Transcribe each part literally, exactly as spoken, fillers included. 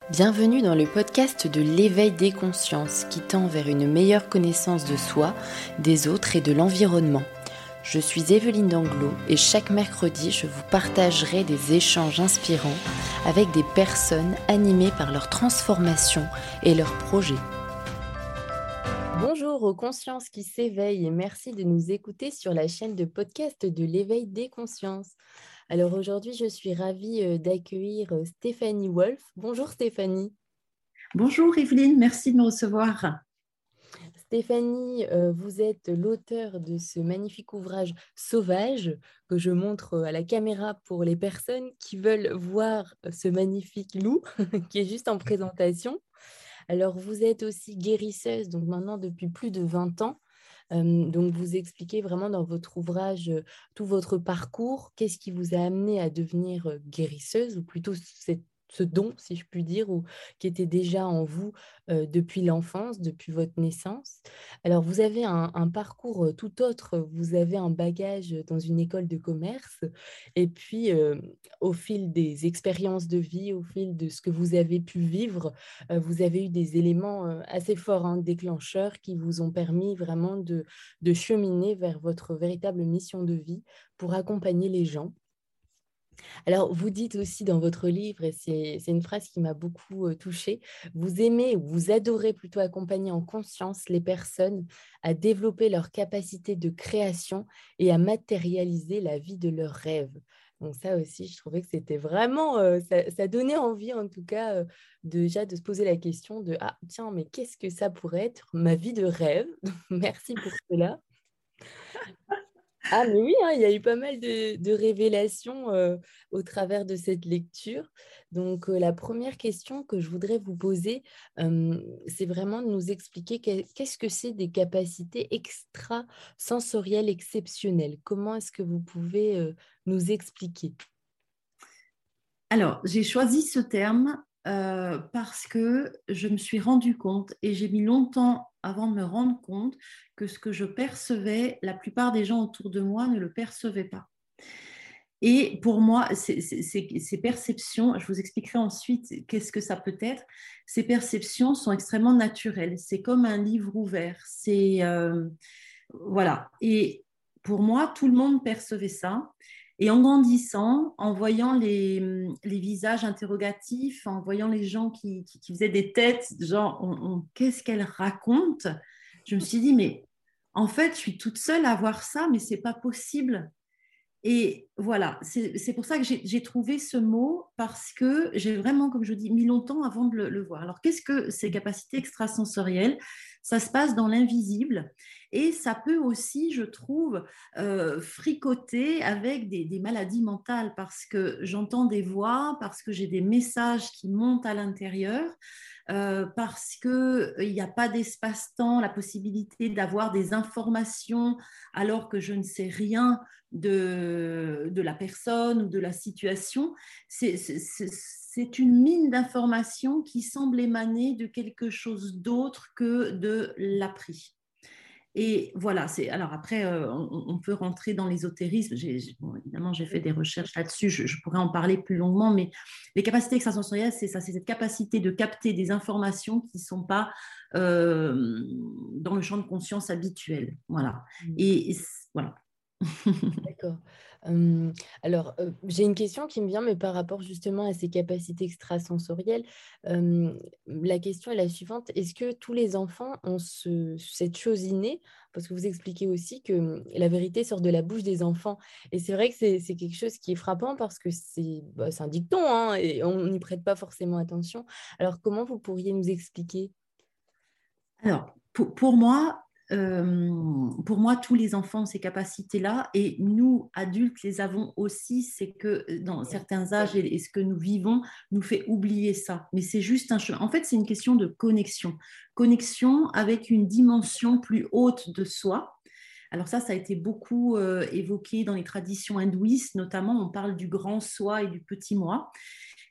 Bienvenue dans le podcast de l'éveil des consciences qui tend vers une meilleure connaissance de soi, des autres et de l'environnement. Je suis Evelyne Danglo et chaque mercredi, je vous partagerai des échanges inspirants avec des personnes animées par leur transformation et leurs projets. Bonjour aux consciences qui s'éveillent et merci de nous écouter sur la chaîne de podcast de l'éveil des consciences. Alors aujourd'hui, je suis ravie d'accueillir Stéphanie Wolf. Bonjour Stéphanie. Bonjour Evelyne, merci de me recevoir. Stéphanie, euh, vous êtes l'auteure de ce magnifique ouvrage Sauvage que je montre à la caméra pour les personnes qui veulent voir ce magnifique loup qui est juste en présentation. Alors vous êtes aussi guérisseuse, donc maintenant depuis plus de vingt ans. Euh, donc, vous expliquez vraiment dans votre ouvrage euh, tout votre parcours, qu'est-ce qui vous a amené à devenir euh, guérisseuse, ou plutôt cette- ce don, si je puis dire, ou qui était déjà en vous euh, depuis l'enfance, depuis votre naissance. Alors, vous avez un, un parcours euh, tout autre, vous avez un bagage dans une école de commerce, et puis euh, au fil des expériences de vie, au fil de ce que vous avez pu vivre, euh, vous avez eu des éléments euh, assez forts, hein, déclencheurs, qui vous ont permis vraiment de de cheminer vers votre véritable mission de vie pour accompagner les gens. Alors, vous dites aussi dans votre livre, et c'est, c'est une phrase qui m'a beaucoup euh, touchée, vous aimez ou vous adorez plutôt accompagner en conscience les personnes à développer leur capacité de création et à matérialiser la vie de leurs rêves. Donc ça aussi, je trouvais que c'était vraiment, euh, ça, ça donnait envie en tout cas euh, déjà de se poser la question de, ah tiens, mais qu'est-ce que ça pourrait être ma vie de rêve? Merci pour cela. Ah, mais oui, hein, il y a eu pas mal de, de révélations euh, au travers de cette lecture. Donc, euh, la première question que je voudrais vous poser, euh, c'est vraiment de nous expliquer que- qu'est-ce que c'est des capacités extrasensorielles exceptionnelles. Comment est-ce que vous pouvez euh, nous expliquer? Alors, j'ai choisi ce terme euh, parce que je me suis rendu compte et j'ai mis longtemps avant de me rendre compte que ce que je percevais, la plupart des gens autour de moi ne le percevaient pas. Et pour moi, ces, ces- ces- ces perceptions, je vous expliquerai ensuite qu'est-ce que ça peut être, ces perceptions sont extrêmement naturelles. C'est comme un livre ouvert. C'est, euh, voilà. Et pour moi, tout le monde percevait ça. Et en grandissant, en voyant les, les visages interrogatifs, en voyant les gens qui, qui, qui faisaient des têtes, genre, on- on- qu'est-ce qu'elle raconte? Je me suis dit, mais en fait, je suis toute seule à voir ça, mais c'est pas possible. Et voilà, c'est c'est pour ça que j'ai j'ai trouvé ce mot parce que j'ai vraiment, comme je dis, mis longtemps avant de le, le voir. Alors, qu'est-ce que ces capacités extrasensorielles? Ça se passe dans l'invisible et ça peut aussi, je trouve, euh, fricoter avec des, des maladies mentales parce que j'entends des voix, parce que j'ai des messages qui montent à l'intérieur, euh, parce qu'il n'y a pas d'espace-temps, la possibilité d'avoir des informations alors que je ne sais rien de, de la personne ou de la situation. C'est, c'est, c'est une mine d'informations qui semble émaner de quelque chose d'autre que de l'appris. Et voilà, c'est alors après, euh, on, on, peut rentrer dans l'ésotérisme. J'ai, j'ai, bon, évidemment, j'ai fait des recherches là-dessus. Je, je, pourrais en parler plus longuement, mais les capacités extrasensorielles, c'est ça, c'est cette capacité de capter des informations qui ne sont pas euh, dans le champ de conscience habituel. Voilà. Et, et voilà. D'accord. Hum, alors, euh, j'ai une question qui me vient, mais par rapport justement à ces capacités extrasensorielles, hum, la question est la suivante. Est-ce que tous les enfants ont ce- cette chose innée? Parce que vous expliquez aussi que hum, la vérité sort de la bouche des enfants. Et c'est vrai que c'est c'est quelque chose qui est frappant parce que c'est bah, c'est un dicton, hein, et on n'y prête pas forcément attention. Alors, comment vous pourriez nous expliquer? Alors, pour, pour moi, euh, pour moi, tous les enfants ont ces capacités-là et nous, adultes, les avons aussi. C'est que dans certains âges et, et ce que nous vivons nous fait oublier ça. Mais c'est juste un chemin. En fait, c'est une question de connexion. Connexion avec une dimension plus haute de soi. Alors ça, ça a été beaucoup euh, évoqué dans les traditions hindouistes, notamment on parle du grand soi et du petit moi.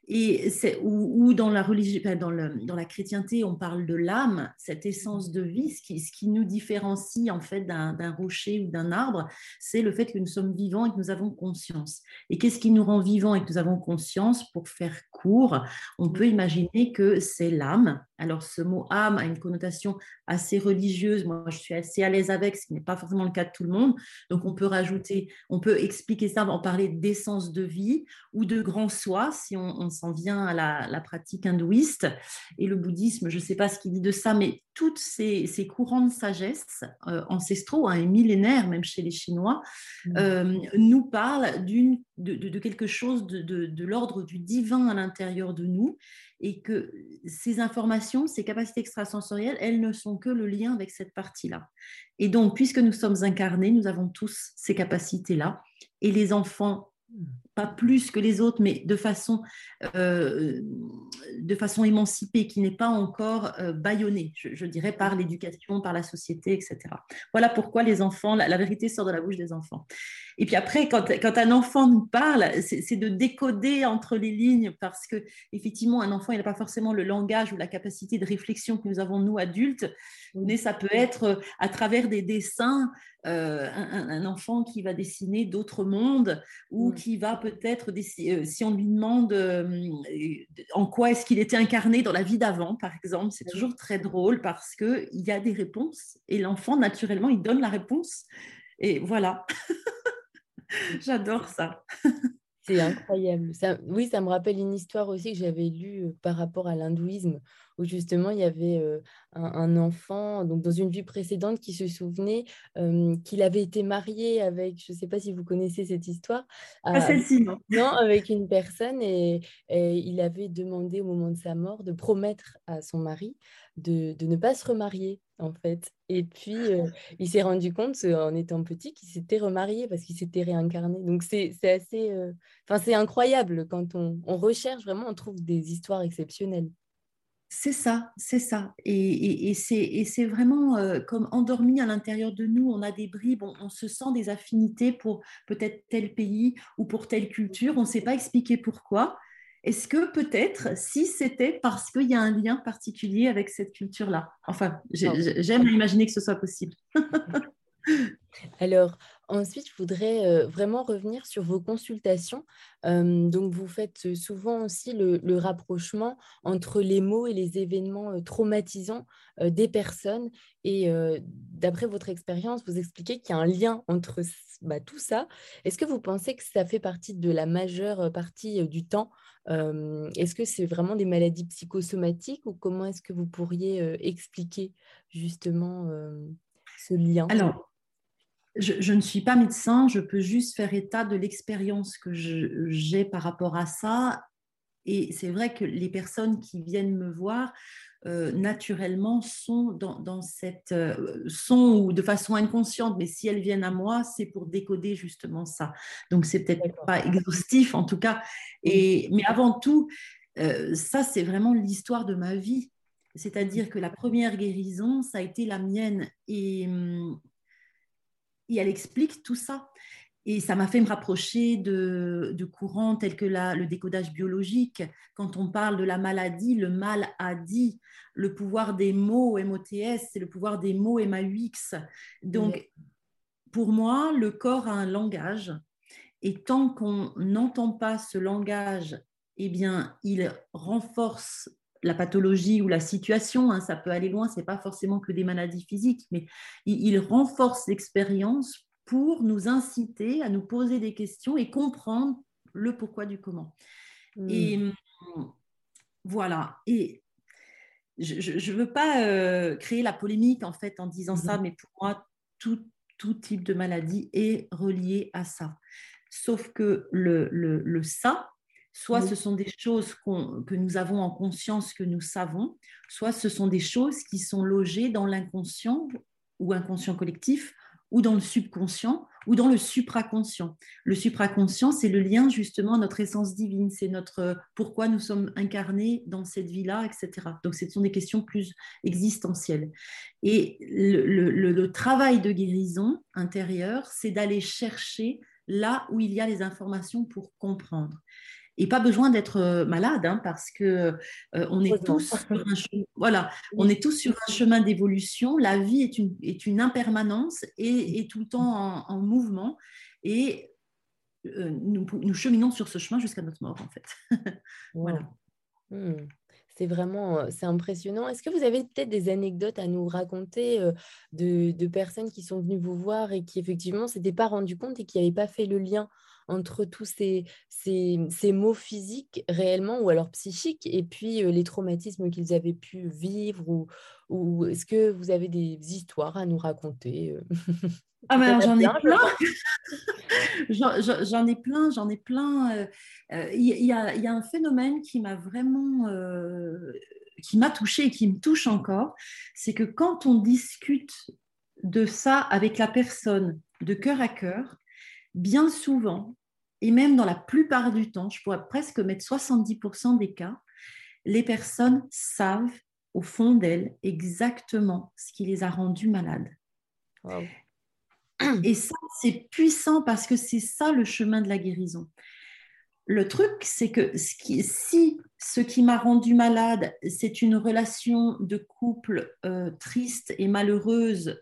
Et c'est, ou, ou dans la religion, enfin, dans, le, dans la chrétienté, on parle de l'âme, cette essence de vie. Ce qui, ce qui nous différencie en fait d'un, d'un rocher ou d'un arbre, c'est le fait que nous sommes vivants et que nous avons conscience. Et qu'est-ce qui nous rend vivants et que nous avons conscience? Pour faire court, on peut imaginer que c'est l'âme. Alors ce mot âme a une connotation assez religieuse. Moi, je suis assez à l'aise avec, ce qui n'est pas forcément le cas de tout le monde. Donc on peut rajouter, on peut expliquer ça, en parler d'essence de vie ou de grand soi, si on, on s'en vient à la, la pratique hindouiste. Et le bouddhisme, je ne sais pas ce qu'il dit de ça, mais toutes ces, ces courants de sagesse euh, ancestraux, hein, et millénaires, même chez les Chinois, euh, nous parlent d'une, de, de, de quelque chose de, de, de l'ordre du divin à l'intérieur de nous, et que ces informations, ces capacités extrasensorielles, elles ne sont que le lien avec cette partie-là. Et donc, puisque nous sommes incarnés, nous avons tous ces capacités-là, et les enfants, pas plus que les autres, mais de façon, euh, de façon émancipée, qui n'est pas encore euh, bâillonnée, je, je dirais, par l'éducation, par la société, et cetera. Voilà pourquoi les enfants, la, la vérité sort de la bouche des enfants. Et puis après, quand, quand un enfant nous parle, c'est, c'est de décoder entre les lignes, parce que effectivement, un enfant, il n'a pas forcément le langage ou la capacité de réflexion que nous avons, nous, adultes, mais ça peut être à travers des dessins, euh, un, un enfant qui va dessiner d'autres mondes, ou qui va peut-être, euh, si on lui demande euh, en quoi est-ce qu'il était incarné dans la vie d'avant, par exemple, c'est toujours très drôle parce qu'il y a des réponses, et l'enfant, naturellement, il donne la réponse. Et voilà. J'adore ça. C'est incroyable. Ça, oui, ça me rappelle une histoire aussi que j'avais lue euh, par rapport à l'hindouisme, où justement il y avait euh, un, un enfant, donc dans une vie précédente, qui se souvenait euh, qu'il avait été marié avec, je ne sais pas si vous connaissez cette histoire, Pas à- celle-ci, non. non, avec une personne, et, et il avait demandé au moment de sa mort de promettre à son mari de, de ne pas se remarier, en fait. Et puis, euh, il s'est rendu compte, euh, en étant petit, qu'il s'était remarié parce qu'il s'était réincarné. Donc, c'est c'est assez... euh, Enfin, c'est incroyable quand on, on recherche vraiment, on trouve des histoires exceptionnelles. C'est ça, c'est ça. Et, et, et c'est, et c'est vraiment euh, comme endormi à l'intérieur de nous. On a des bribes, on, on se sent des affinités pour peut-être tel pays ou pour telle culture. On ne sait pas expliquer pourquoi. Est-ce que peut-être, si c'était parce qu'il y a un lien particulier avec cette culture-là? Enfin, Wow. j'ai- j'aime imaginer que ce soit possible. Alors, ensuite, je voudrais euh, vraiment revenir sur vos consultations. Euh, donc, vous faites souvent aussi le, le rapprochement entre les mots et les événements euh, traumatisants euh, des personnes. Et euh, d'après votre expérience, vous expliquez qu'il y a un lien entre bah, tout ça. Est-ce que vous pensez que ça fait partie de la majeure euh, partie euh, du temps? Euh, est-ce que c'est vraiment des maladies psychosomatiques, ou comment est-ce que vous pourriez euh, expliquer justement euh, ce lien? Alors, je, je ne suis pas médecin, je peux juste faire état de l'expérience que je- j'ai par rapport à ça. Et c'est vrai que les personnes qui viennent me voir, euh, naturellement, sont dans, dans cette... euh, sont ou de façon inconsciente, mais si elles viennent à moi, c'est pour décoder justement ça. Donc, c'est peut-être D'accord. pas exhaustif en tout cas. Oui. Et, mais avant tout, euh, ça, c'est vraiment l'histoire de ma vie. C'est-à-dire que la première guérison, ça a été la mienne. Et, hum, et elle explique tout ça. Et ça m'a fait me rapprocher de, de courants tels que la, le décodage biologique. Quand on parle de la maladie, le mal a dit. Le pouvoir des mots, M O T S, c'est le pouvoir des mots, M A U X. Donc, pour moi, le corps a un langage. Et tant qu'on n'entend pas ce langage, eh bien, il renforce la pathologie ou la situation. Hein, ça peut aller loin, ce n'est pas forcément que des maladies physiques, mais il, il renforce l'expérience pour nous inciter à nous poser des questions et comprendre le pourquoi du comment. Hmm. Et voilà. Et je ne veux pas euh, créer la polémique en fait en disant ça, Mhm. mais pour moi, tout, tout type de maladie est relié à ça. Sauf que le, le, le ça, soit ce Oui. sont des choses qu'on, que nous avons en conscience, que nous savons, soit ce sont des choses qui sont logées dans l'inconscient ou inconscient collectif, ou dans le subconscient, ou dans le supraconscient. Le supraconscient, c'est le lien justement à notre essence divine, c'est notre pourquoi nous sommes incarnés dans cette vie-là, et cetera. Donc, ce sont des questions plus existentielles. Et le, le, le travail de guérison intérieure, c'est d'aller chercher là où il y a les informations pour comprendre. et pas besoin d'être euh, malade, hein, parce que euh, on est Heureusement. tous sur un chemin, voilà, on Oui. est tous sur un chemin d'évolution. La vie est une, est une impermanence et est tout le temps en, en mouvement. Et euh, nous, nous cheminons sur ce chemin jusqu'à notre mort, en fait. Wow. Voilà. Hmm. C'est vraiment, euh, c'est impressionnant. Est-ce que vous avez peut-être des anecdotes à nous raconter euh, de, de personnes qui sont venues vous voir et qui effectivement ne s'étaient pas rendues compte et qui n'avaient pas fait le lien entre tous ces, ces, ces maux physiques réellement ou alors psychiques et puis euh, les traumatismes qu'ils avaient pu vivre ou, ou est-ce que vous avez des histoires à nous raconter euh Ah Il y ben en alors, a j'en ai plein, je plein. pense. J'en j'en- j'en ai plein, j'en ai plein. euh, euh, Il y, a, il y a un phénomène qui m'a vraiment, euh, qui m'a touchée et qui me touche encore, c'est que quand on discute de ça avec la personne de cœur à cœur, bien souvent, et même dans la plupart du temps, je pourrais presque mettre soixante-dix pour cent des cas, les personnes savent au fond d'elles exactement ce qui les a rendues malades. Waouh. Et ça, c'est puissant parce que c'est ça le chemin de la guérison. Le truc, c'est que ce qui, si ce qui m'a rendu malade, c'est une relation de couple euh, triste et malheureuse,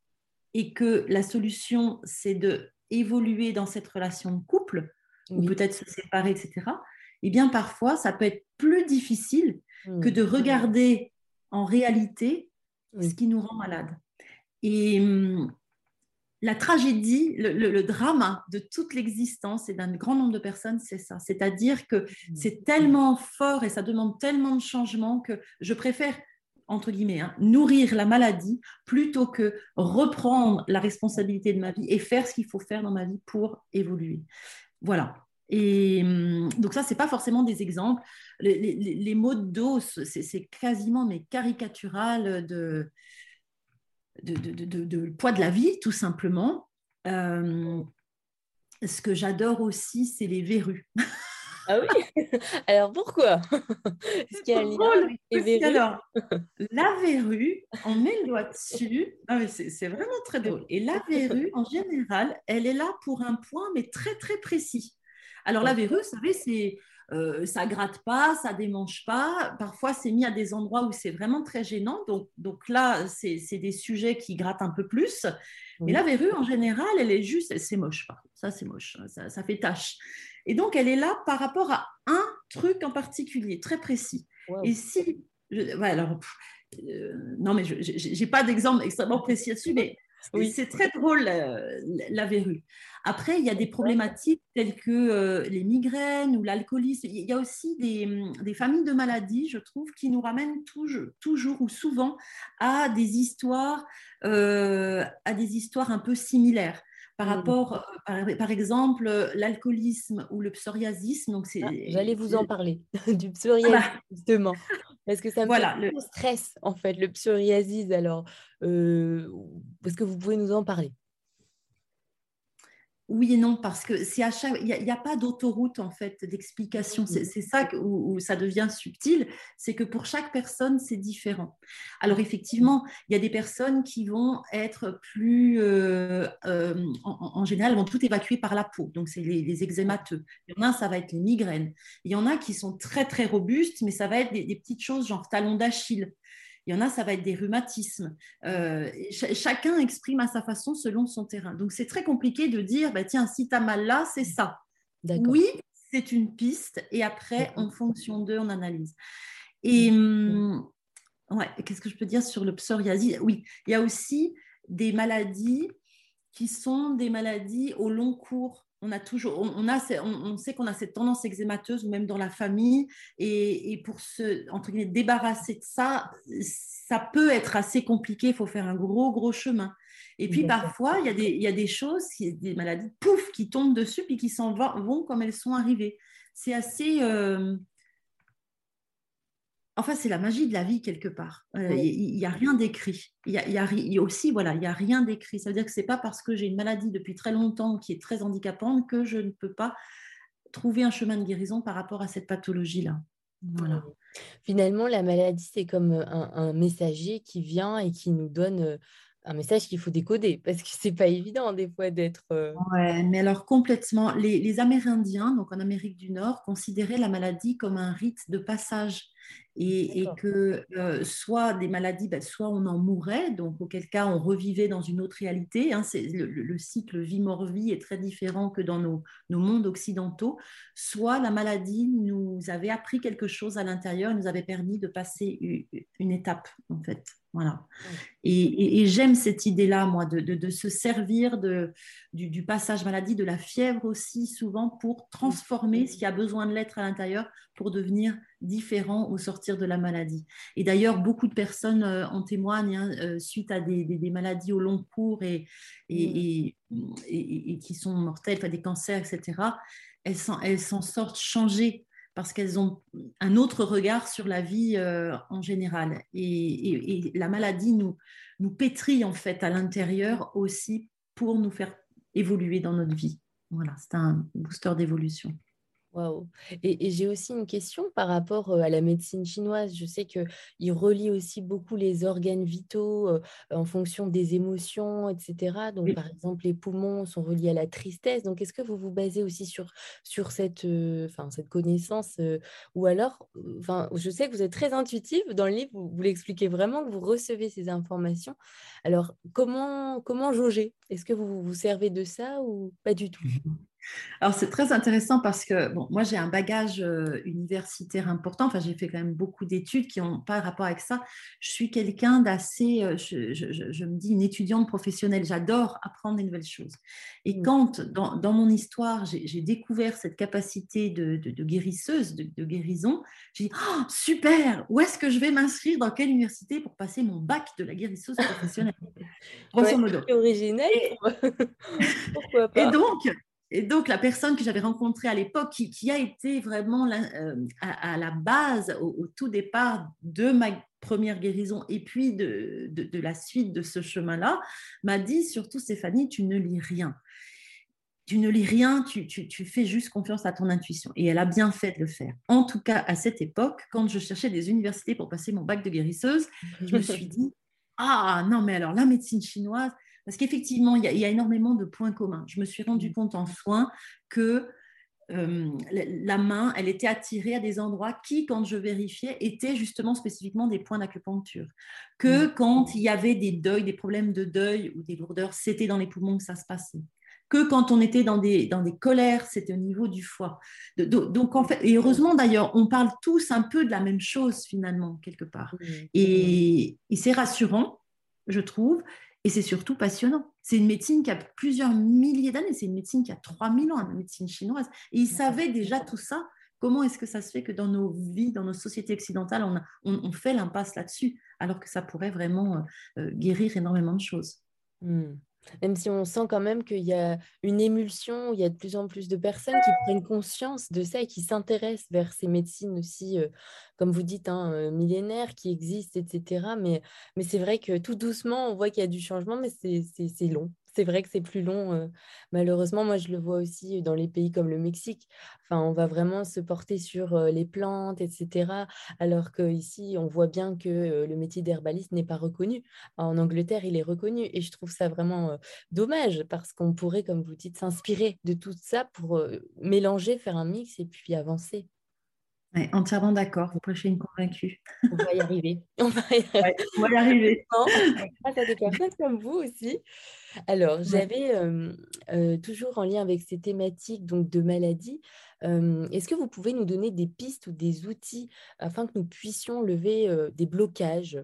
et que la solution, c'est de évoluer dans cette relation de couple, ou Oui. peut-être se séparer, et cetera, eh bien, parfois, ça peut être plus difficile que Hmm. de regarder en réalité ce Oui. qui nous rend malade. Et hum, la tragédie, le, le, le drame de toute l'existence et d'un grand nombre de personnes, c'est ça. C'est-à-dire que Hmm. c'est tellement fort et ça demande tellement de changements que je préfère, entre guillemets, hein, nourrir la maladie plutôt que reprendre la responsabilité de ma vie et faire ce qu'il faut faire dans ma vie pour évoluer. Voilà. Et hum, donc ça, c'est pas forcément des exemples. Les, les, les mots de dos, c'est quasiment mais caricatural de, de, de, de, de, poids de la vie, tout simplement. Euh, ce que j'adore aussi, c'est les verrues. Ah oui? Alors pourquoi? Est-ce qu'il y a un lien Drôle, avec les parce verrues? qu'alors, la verrue, on met le doigt dessus. Non, mais c'est, c'est vraiment très drôle. Et la verrue, en général, elle est là pour un point, mais très, très précis. Alors, la verrue, vous savez, c'est, euh, ça gratte pas, ça démange pas. Parfois, c'est mis à des endroits où c'est vraiment très gênant. Donc, donc là, c'est, c'est des sujets qui grattent un peu plus. Mais la Oui. verrue, en général, elle est juste, c'est moche, par contre. Ça, c'est moche. Ça, ça fait tache. Et donc, elle est là par rapport à un truc en particulier, très précis. Et Waouh. si, je, ouais, alors, pff, euh, non, mais je n'ai pas d'exemple extrêmement précis là-dessus, mais Oui. c'est très drôle, la, la verrue. Après, il y a des problématiques telles que euh, les migraines ou l'alcoolisme. Il y a aussi des, des, familles de maladies, je trouve, qui nous ramènent toujours, toujours ou souvent à des histoires, euh, à des histoires un peu similaires. Par Hmm. rapport, par, par exemple, l'alcoolisme ou le psoriasisme. Donc Ah, c'est, j'allais vous en c'est, parler du ah psoriasis, bah, justement, parce que ça me fait voilà, le, penser au stress, en fait, le psoriasis. Alors, euh, est-ce que vous pouvez nous en parler? oui et non, parce que c'est à chaque, il n'y a, a, pas d'autoroute en fait d'explication. C'est, c'est ça que, où, où, ça devient subtil, c'est que pour chaque personne c'est différent. Alors effectivement, il y a des personnes qui vont être plus, euh, euh, en, en, général, vont tout évacuer par la peau. Donc c'est les, les eczémateux. Il y en a, ça va être les migraines. Il y en a qui sont très très robustes, mais ça va être des, des petites choses genre talons d'Achille. Il y en a, ça va être des rhumatismes. Euh, ch- chacun exprime à sa façon selon son terrain. Donc, c'est très compliqué de dire, bah, tiens, si tu as mal là, c'est ça. D'accord. Oui, c'est une piste. Et après, en fonction d'eux, on analyse. Et Mhm. hum, ouais, qu'est-ce que je peux dire sur le psoriasis? Oui, il y a aussi des maladies qui sont des maladies au long cours. On a toujours, on, on a, on, on sait qu'on a cette tendance eczémateuse ou même dans la famille, et, et pour se entre guillemets débarrasser de ça, ça peut être assez compliqué. Il faut faire un gros gros chemin. Et puis D'accord. parfois, il y a des, il y a des choses, des maladies, pouf, qui tombent dessus puis qui s'en vont comme elles sont arrivées. C'est assez, euh, enfin, c'est la magie de la vie quelque part. Il euh, n'y a rien d'écrit. Il y a, y a, y a aussi, voilà, il n'y a rien d'écrit. Ça veut dire que ce n'est pas parce que j'ai une maladie depuis très longtemps qui est très handicapante que je ne peux pas trouver un chemin de guérison par rapport à cette pathologie-là. Voilà. Finalement, la maladie, c'est comme un, un messager qui vient et qui nous donne un message qu'il faut décoder parce que c'est pas évident des fois d'être. euh, Ouais, mais alors complètement, les, les Amérindiens, donc en Amérique du Nord, considéraient la maladie comme un rite de passage et, et D'accord. que euh, soit des maladies, ben, soit on en mourait, donc auquel cas on revivait dans une autre réalité. Hein, c'est, le, le cycle vie-mort-vie est très différent que dans nos, nos mondes occidentaux. Soit la maladie nous avait appris quelque chose à l'intérieur, nous avait permis de passer une, une étape en fait. Voilà. Ouais. Et, et, et j'aime cette idée-là, moi, de, de, de se servir de, du, du, passage maladie, de la fièvre aussi, souvent, pour Mm. transformer ce qui a besoin de l'être à l'intérieur pour devenir différent au sortir de la maladie. Et d'ailleurs, beaucoup de personnes euh, en témoignent hein, euh, suite à des, des, des, maladies au long cours et, Mm. et, et, et, et qui sont mortelles, enfin, des cancers, et cetera. Elles s'en, elles s'en sortent changées parce qu'elles ont un autre regard sur la vie euh, en général. Et, et, et, la maladie nous, nous pétrit en fait à l'intérieur aussi pour nous faire évoluer dans notre vie. Voilà, c'est un booster d'évolution. Waouh. Et, et j'ai aussi une question par rapport euh, à la médecine chinoise. Je sais qu'ils relient aussi beaucoup les organes vitaux euh, en fonction des émotions, et cetera. Donc, Oui. par exemple, les poumons sont reliés à la tristesse. Donc, est-ce que vous vous basez aussi sur, sur cette, euh, enfin, cette connaissance euh, ou alors, euh, enfin, je sais que vous êtes très intuitif dans le livre, vous, vous l'expliquez vraiment, que vous recevez ces informations. Alors, comment, comment jauger? Est-ce que vous vous servez de ça ou pas du tout? Alors, c'est très intéressant parce que, bon, moi, j'ai un bagage euh, universitaire important. Enfin, j'ai fait quand même beaucoup d'études qui n'ont pas rapport avec ça. Je suis quelqu'un d'assez, euh, je, je, je, je me dis, une étudiante professionnelle. J'adore apprendre des nouvelles choses. Et Mm. quand, dans, dans mon histoire, j'ai, j'ai découvert cette capacité de, de, de guérisseuse, de, de guérison, j'ai dit, oh, super, où est-ce que je vais m'inscrire, dans quelle université pour passer mon bac de la guérisseuse professionnelle? Grosso Ouais, modo. c'est original Et, pour... Pourquoi et pas? donc, et donc, la personne que j'avais rencontrée à l'époque, qui, qui a été vraiment la, euh, à, à, la base, au, au, tout départ de ma première guérison et puis de, de, de la suite de ce chemin-là, m'a dit surtout, Stéphanie, tu ne lis rien. Tu ne lis rien, tu, tu, tu fais juste confiance à ton intuition. Et elle a bien fait de le faire. En tout cas, à cette époque, quand je cherchais des universités pour passer mon bac de guérisseuse, je me suis dit, ah non, mais alors la médecine chinoise, parce qu'effectivement, il y, y, a énormément de points communs. Je me suis rendu compte en soins que euh, la main, elle était attirée à des endroits qui, quand je vérifiais, étaient justement spécifiquement des points d'acupuncture. Que quand il y avait des deuils, des problèmes de deuil ou des lourdeurs, c'était dans les poumons que ça se passait. Que quand on était dans des, dans des colères, c'était au niveau du foie. De, de, donc, en fait, et heureusement d'ailleurs, on parle tous un peu de la même chose finalement, quelque part. Et, et c'est rassurant, je trouve, et c'est surtout passionnant. C'est une médecine qui a plusieurs milliers d'années, c'est une médecine qui a trois mille ans, la médecine chinoise. Et ils savaient déjà tout ça. Comment est-ce que ça se fait que dans nos vies, dans nos sociétés occidentales, on, a, on, on fait l'impasse là-dessus, alors que ça pourrait vraiment euh, guérir énormément de choses. Mmh. Même si on sent quand même qu'il y a une émulsion, où il y a de plus en plus de personnes qui prennent conscience de ça et qui s'intéressent vers ces médecines aussi, euh, comme vous dites, hein, euh, millénaires, qui existent, et cetera. Mais, mais c'est vrai que tout doucement, on voit qu'il y a du changement, mais c'est, c'est, c'est long. C'est vrai que c'est plus long. euh, malheureusement, moi, je le vois aussi dans les pays comme le Mexique. Enfin, on va vraiment se porter sur euh, les plantes, et cetera. Alors qu'ici, on voit bien que euh, le métier d'herbaliste n'est pas reconnu. En Angleterre, il est reconnu et je trouve ça vraiment euh, dommage parce qu'on pourrait, comme vous dites, s'inspirer de tout ça pour euh, mélanger, faire un mix et puis avancer. Ouais, entièrement d'accord, vous prêchez une convaincue. On va y arriver. On va y Ouais, arriver. on va y arriver. Grâce à des personnes comme vous aussi. Alors, Ouais. j'avais euh, euh, toujours en lien avec ces thématiques donc de maladies, euh, est-ce que vous pouvez nous donner des pistes ou des outils afin que nous puissions lever euh, des blocages?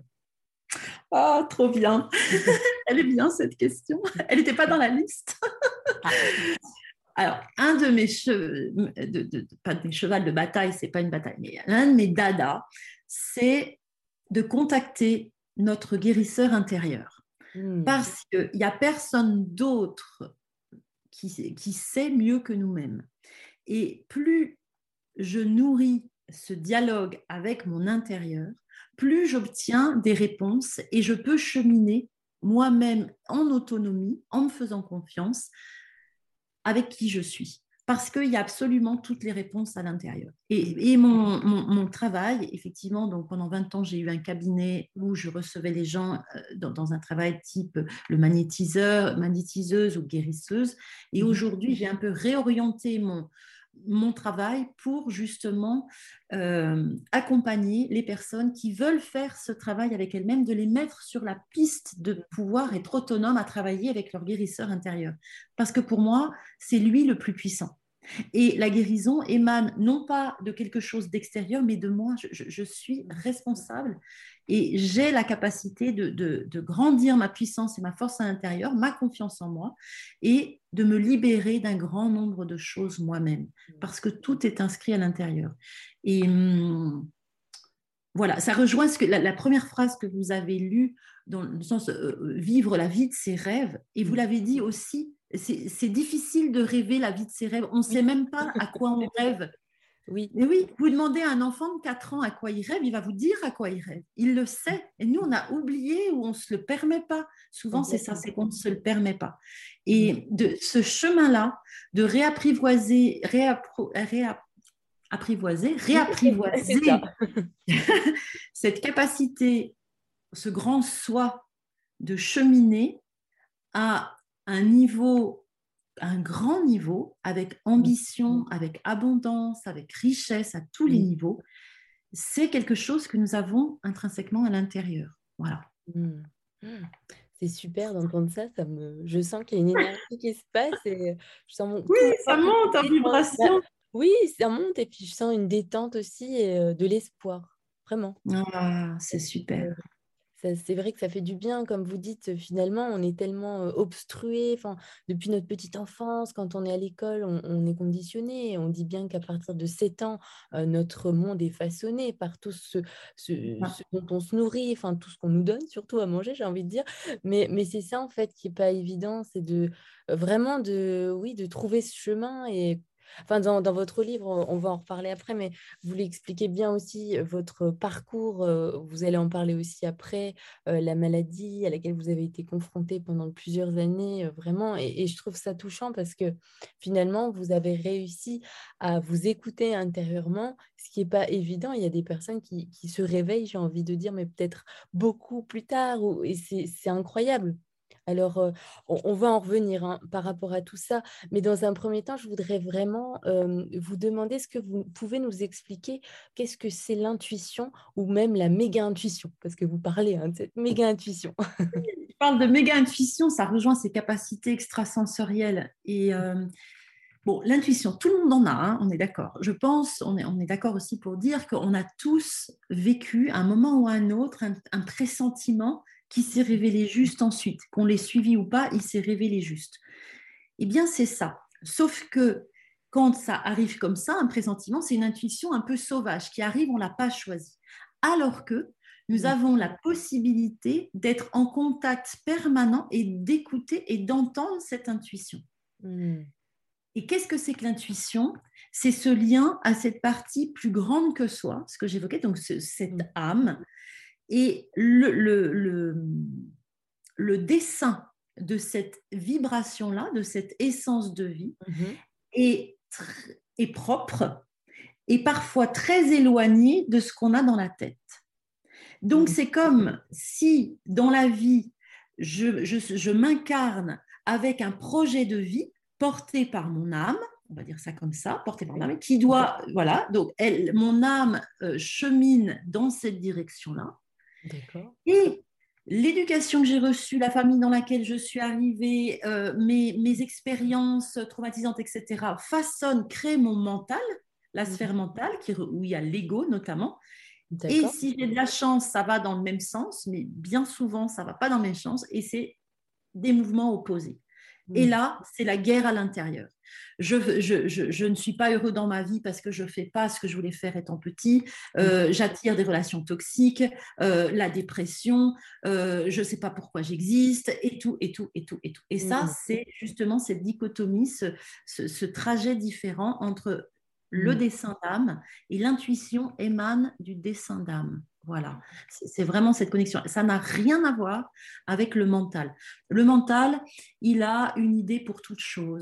Ah, trop bien. Elle est bien cette question. Elle n'était pas dans la liste. Ah. Alors, un de mes chevaux, de, de, de, pas de mes chevals de bataille, c'est pas une bataille, mais l'un de mes dadas, c'est de contacter notre guérisseur intérieur. Hmm. Parce qu'il n'y a personne d'autre qui, qui sait mieux que nous-mêmes. Et plus je nourris ce dialogue avec mon intérieur, plus j'obtiens des réponses et je peux cheminer moi-même en autonomie, en me faisant confiance, avec qui je suis. parce qu'il y a absolument toutes les réponses à l'intérieur. Et, et mon, mon, mon travail, effectivement, donc pendant vingt ans, j'ai eu un cabinet où je recevais les gens dans, dans un travail type le magnétiseur, magnétiseuse ou guérisseuse. Et aujourd'hui, j'ai un peu réorienté mon, mon travail pour justement euh, accompagner les personnes qui veulent faire ce travail avec elles-mêmes, de les mettre sur la piste de pouvoir être autonomes à travailler avec leur guérisseur intérieur. Parce que pour moi, c'est lui le plus puissant. Et la guérison émane non pas de quelque chose d'extérieur, mais de moi. Je, je, je suis responsable et j'ai la capacité de, de, de grandir ma puissance et ma force à l'intérieur, ma confiance en moi, et de me libérer d'un grand nombre de choses moi-même, parce que tout est inscrit à l'intérieur. Et hum, voilà, ça rejoint ce que, la, la première phrase que vous avez lue, dans le sens euh, vivre la vie de ses rêves, et vous l'avez dit aussi, c'est difficile de rêver la vie de ses rêves. On ne sait même pas à quoi on rêve. Oui. Mais oui, vous demandez à un enfant de quatre ans à quoi il rêve, il va vous dire à quoi il rêve. Il le sait. Et nous, on a oublié ou on ne se le permet pas. Souvent, c'est ça, c'est qu'on ne se le permet pas. Et de ce chemin-là, de réapprivoiser, réappro, réapp, apprivoiser, réapprivoiser cette capacité, ce grand soi de cheminer à un niveau, un grand niveau, avec ambition, avec abondance, avec richesse à tous les niveaux, c'est quelque chose que nous avons intrinsèquement à l'intérieur. Voilà. Mmh. Mmh. C'est super d'entendre ça. Ça me... Je sens qu'il y a une énergie qui se passe et je sens mon... Oui, tout ça monte en vibration. Oui, ça monte et puis je sens une détente aussi et de l'espoir. Vraiment. Ah, c'est super. C'est vrai que ça fait du bien, comme vous dites, finalement, on est tellement euh, obstrué, enfin, depuis notre petite enfance, quand on est à l'école, on, on est conditionné, on dit bien qu'à partir de sept ans, euh, notre monde est façonné par tout ce, ce, ce dont on se nourrit, enfin, tout ce qu'on nous donne, surtout à manger, j'ai envie de dire, mais, mais c'est ça, en fait, qui n'est pas évident, c'est de euh, vraiment de, oui, de trouver ce chemin et Enfin, dans, dans votre livre, on va en reparler après, mais vous l'expliquez bien aussi, votre parcours, euh, vous allez en parler aussi après, euh, la maladie à laquelle vous avez été confronté pendant plusieurs années, euh, vraiment, et, et je trouve ça touchant parce que finalement, vous avez réussi à vous écouter intérieurement, ce qui n'est pas évident. Il y a des personnes qui, qui se réveillent, j'ai envie de dire, mais peut-être beaucoup plus tard, ou, et c'est incroyable. Alors, euh, on, on va en revenir hein, par rapport à tout ça, mais dans un premier temps, je voudrais vraiment euh, vous demander ce que vous pouvez nous expliquer, qu'est-ce que c'est l'intuition ou même la méga-intuition, parce que vous parlez hein, de cette méga-intuition. Je parle de méga-intuition, ça rejoint ses capacités extrasensorielles. Et euh, bon, l'intuition, tout le monde en a, hein, on est d'accord. Je pense, on est, on est d'accord aussi pour dire qu'on a tous vécu, à un moment ou à un autre, un, un pressentiment qui s'est révélé juste ensuite. Qu'on l'ait suivi ou pas, il s'est révélé juste. Eh bien, c'est ça. Sauf que quand ça arrive comme ça, un pressentiment, c'est une intuition un peu sauvage qui arrive, on ne l'a pas choisi. Alors que nous avons la possibilité d'être en contact permanent et d'écouter et d'entendre cette intuition. Mmh. Et qu'est-ce que c'est que l'intuition? C'est ce lien à cette partie plus grande que soi, ce que j'évoquais, donc ce, cette âme. Et le, le, le, le dessin de cette vibration-là, de cette essence de vie, mmh. est, est propre et parfois très éloigné de ce qu'on a dans la tête. Donc, mmh. c'est comme si dans la vie, je, je, je m'incarne avec un projet de vie porté par mon âme, on va dire ça comme ça, porté par mon âme, qui doit, voilà, donc elle, mon âme euh, chemine dans cette direction-là. D'accord. Et l'éducation que j'ai reçue, la famille dans laquelle je suis arrivée, euh, mes, mes expériences traumatisantes, et cetera, façonnent, créent mon mental, la sphère mentale, qui, où il y a l'ego notamment. Et si j'ai de la chance, ça va dans le même sens, mais bien souvent, ça ne va pas dans le même sens, et c'est des mouvements opposés. Mmh. Et là, c'est la guerre à l'intérieur. Je, je, je, je ne suis pas heureux dans ma vie parce que je ne fais pas ce que je voulais faire étant petit. Euh, mmh. J'attire des relations toxiques, euh, la dépression, euh, je ne sais pas pourquoi j'existe, et tout, et tout, et tout, et tout. Et ça, mmh. c'est justement cette dichotomie, ce, ce, ce trajet différent entre le mmh. dessin d'âme et l'intuition émane du dessin d'âme. Voilà, c'est vraiment cette connexion. Ça n'a rien à voir avec le mental. Le mental, il a une idée pour toute chose.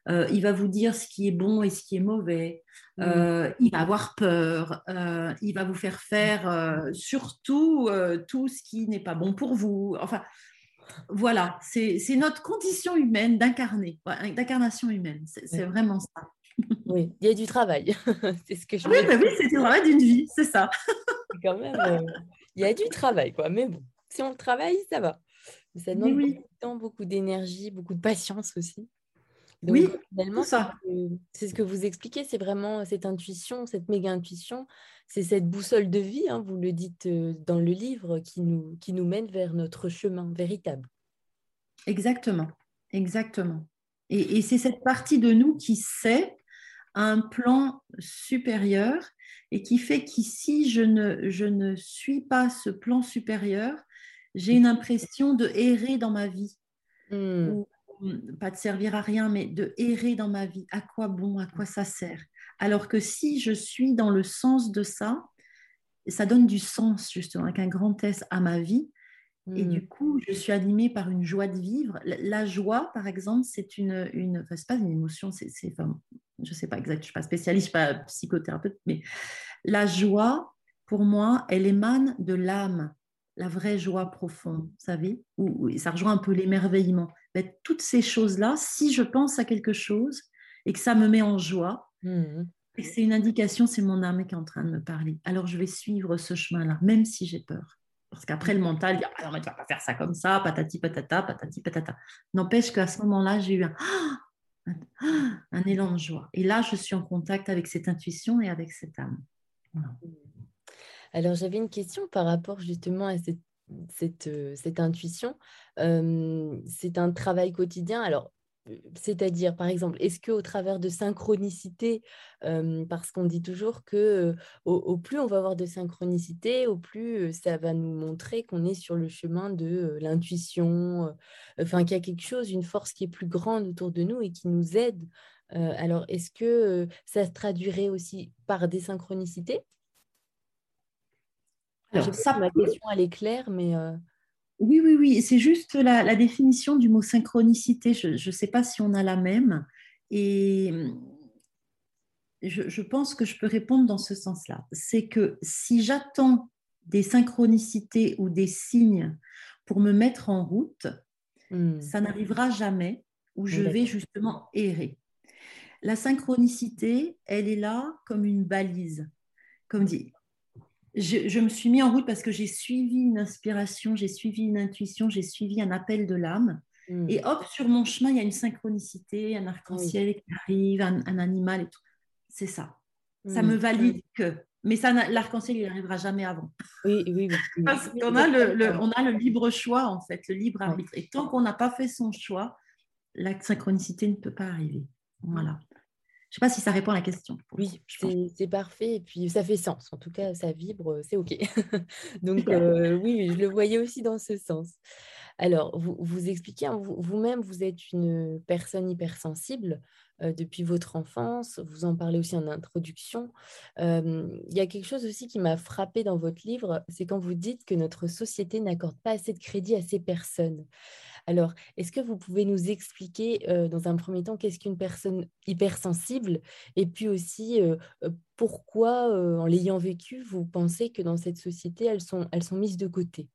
Euh, il va vous dire ce qui est bon et ce qui est mauvais. Mm. Euh, il va avoir peur. Euh, il va vous faire faire euh, surtout euh, tout ce qui n'est pas bon pour vous. Enfin, voilà, c'est c'est notre condition humaine d'incarner, ouais, d'incarnation humaine. C'est c'est Ouais. vraiment ça. Oui, il y a du travail. C'est ce que je Ah oui, me bah oui, dis. c'est le travail d'une vie, c'est ça. C'est quand même, euh, il y a du travail, quoi. Mais bon, si on le travaille, ça va. Mais ça Mais demande beaucoup oui, de temps, beaucoup d'énergie, beaucoup de patience aussi. Donc oui, tout finalement, c'est ce ça. que, c'est ce que vous expliquez, c'est vraiment cette intuition, cette méga intuition, c'est cette boussole de vie, hein, vous le dites euh, dans le livre, qui nous, qui nous mène vers notre chemin véritable. Exactement, exactement. Et, et c'est cette partie de nous qui sait un plan supérieur et qui fait qu'ici, je ne, je ne suis pas ce plan supérieur, j'ai une impression de errer dans ma vie, Hmm. ou pas de servir à rien, mais de errer dans ma vie. À quoi bon, à quoi ça sert? Alors que si je suis dans le sens de ça, ça donne du sens justement avec un grand S à ma vie. Et Hmm. du coup, je suis animée par une joie de vivre. La, la joie, par exemple, c'est une, une enfin, c'est pas une émotion, c'est, c'est enfin, je sais pas exact, je suis pas spécialiste, je suis pas psychothérapeute, mais la joie, pour moi, elle émane de l'âme, la vraie joie profonde, vous savez, où, où ça rejoint un peu l'émerveillement. Ben, toutes ces choses-là, si je pense à quelque chose et que ça me met en joie, Hmm. et que c'est une indication, c'est mon âme qui est en train de me parler. Alors je vais suivre ce chemin-là, même si j'ai peur. Parce qu'après, le mental dit ah non, mais tu vas pas faire ça comme ça, patati patata, patati patata. N'empêche qu'à ce moment-là, j'ai eu un, un, un élan de joie. Et là, je suis en contact avec cette intuition et avec cette âme. Voilà. Alors, j'avais une question par rapport justement à cette, cette, euh, cette intuition. Euh, c'est un travail quotidien. Alors, euh, c'est-à-dire, par exemple, est-ce qu'au travers de synchronicité, euh, parce qu'on dit toujours que euh, au, au plus on va avoir de synchronicité, au plus euh, ça va nous montrer qu'on est sur le chemin de euh, l'intuition, euh, enfin qu'il y a quelque chose, une force qui est plus grande autour de nous et qui nous aide. Euh, alors, est-ce que euh, ça se traduirait aussi par des synchronicités? Je sais Alors, pas si ça ma peut. question elle est claire, mais euh, Oui, oui, oui. C'est juste la, la définition du mot synchronicité. Je ne sais pas si on a la même. Et je, je pense que je peux répondre dans ce sens-là. C'est que si j'attends des synchronicités ou des signes pour me mettre en route, hmm, ça n'arrivera jamais où je vais d'accord. justement errer. La synchronicité, elle est là comme une balise. Comme dit, je, je me suis mis en route parce que j'ai suivi une inspiration, j'ai suivi une intuition, j'ai suivi un appel de l'âme. Hmm, Et hop, sur mon chemin, il y a une synchronicité, un ah oui. arc-en-ciel qui arrive, un, un animal et tout. C'est ça. Ça Hmm, me valide que. Mais ça, l'arc-en-ciel, il n'arrivera jamais avant. oui, oui, oui, oui. Parce Oui, qu'on a le, le- exactement. on a le libre choix, en fait, le libre Ouais. arbitre. Et tant qu'on n'a pas fait son choix, la synchronicité ne peut pas arriver. Voilà. Je ne sais pas si ça répond à la question, pour le coup, Oui, je pense. c'est c'est parfait. Et puis, ça fait sens. En tout cas, ça vibre, euh, c'est OK. Donc, Super. euh, oui, oui, je le voyais aussi dans ce sens. Alors, vous, vous expliquez, hein, vous- vous-même, vous êtes une personne hypersensible euh, depuis votre enfance. Vous en parlez aussi en introduction. Euh, Il y a quelque chose aussi qui m'a frappé dans votre livre, c'est quand vous dites que notre société n'accorde pas assez de crédit à ces personnes. Alors, est-ce que vous pouvez nous expliquer, euh, dans un premier temps, qu'est-ce qu'une personne hypersensible et puis aussi euh, euh, pourquoi, euh, en l'ayant vécu, vous pensez que dans cette société, elles sont, elles sont mises de côté?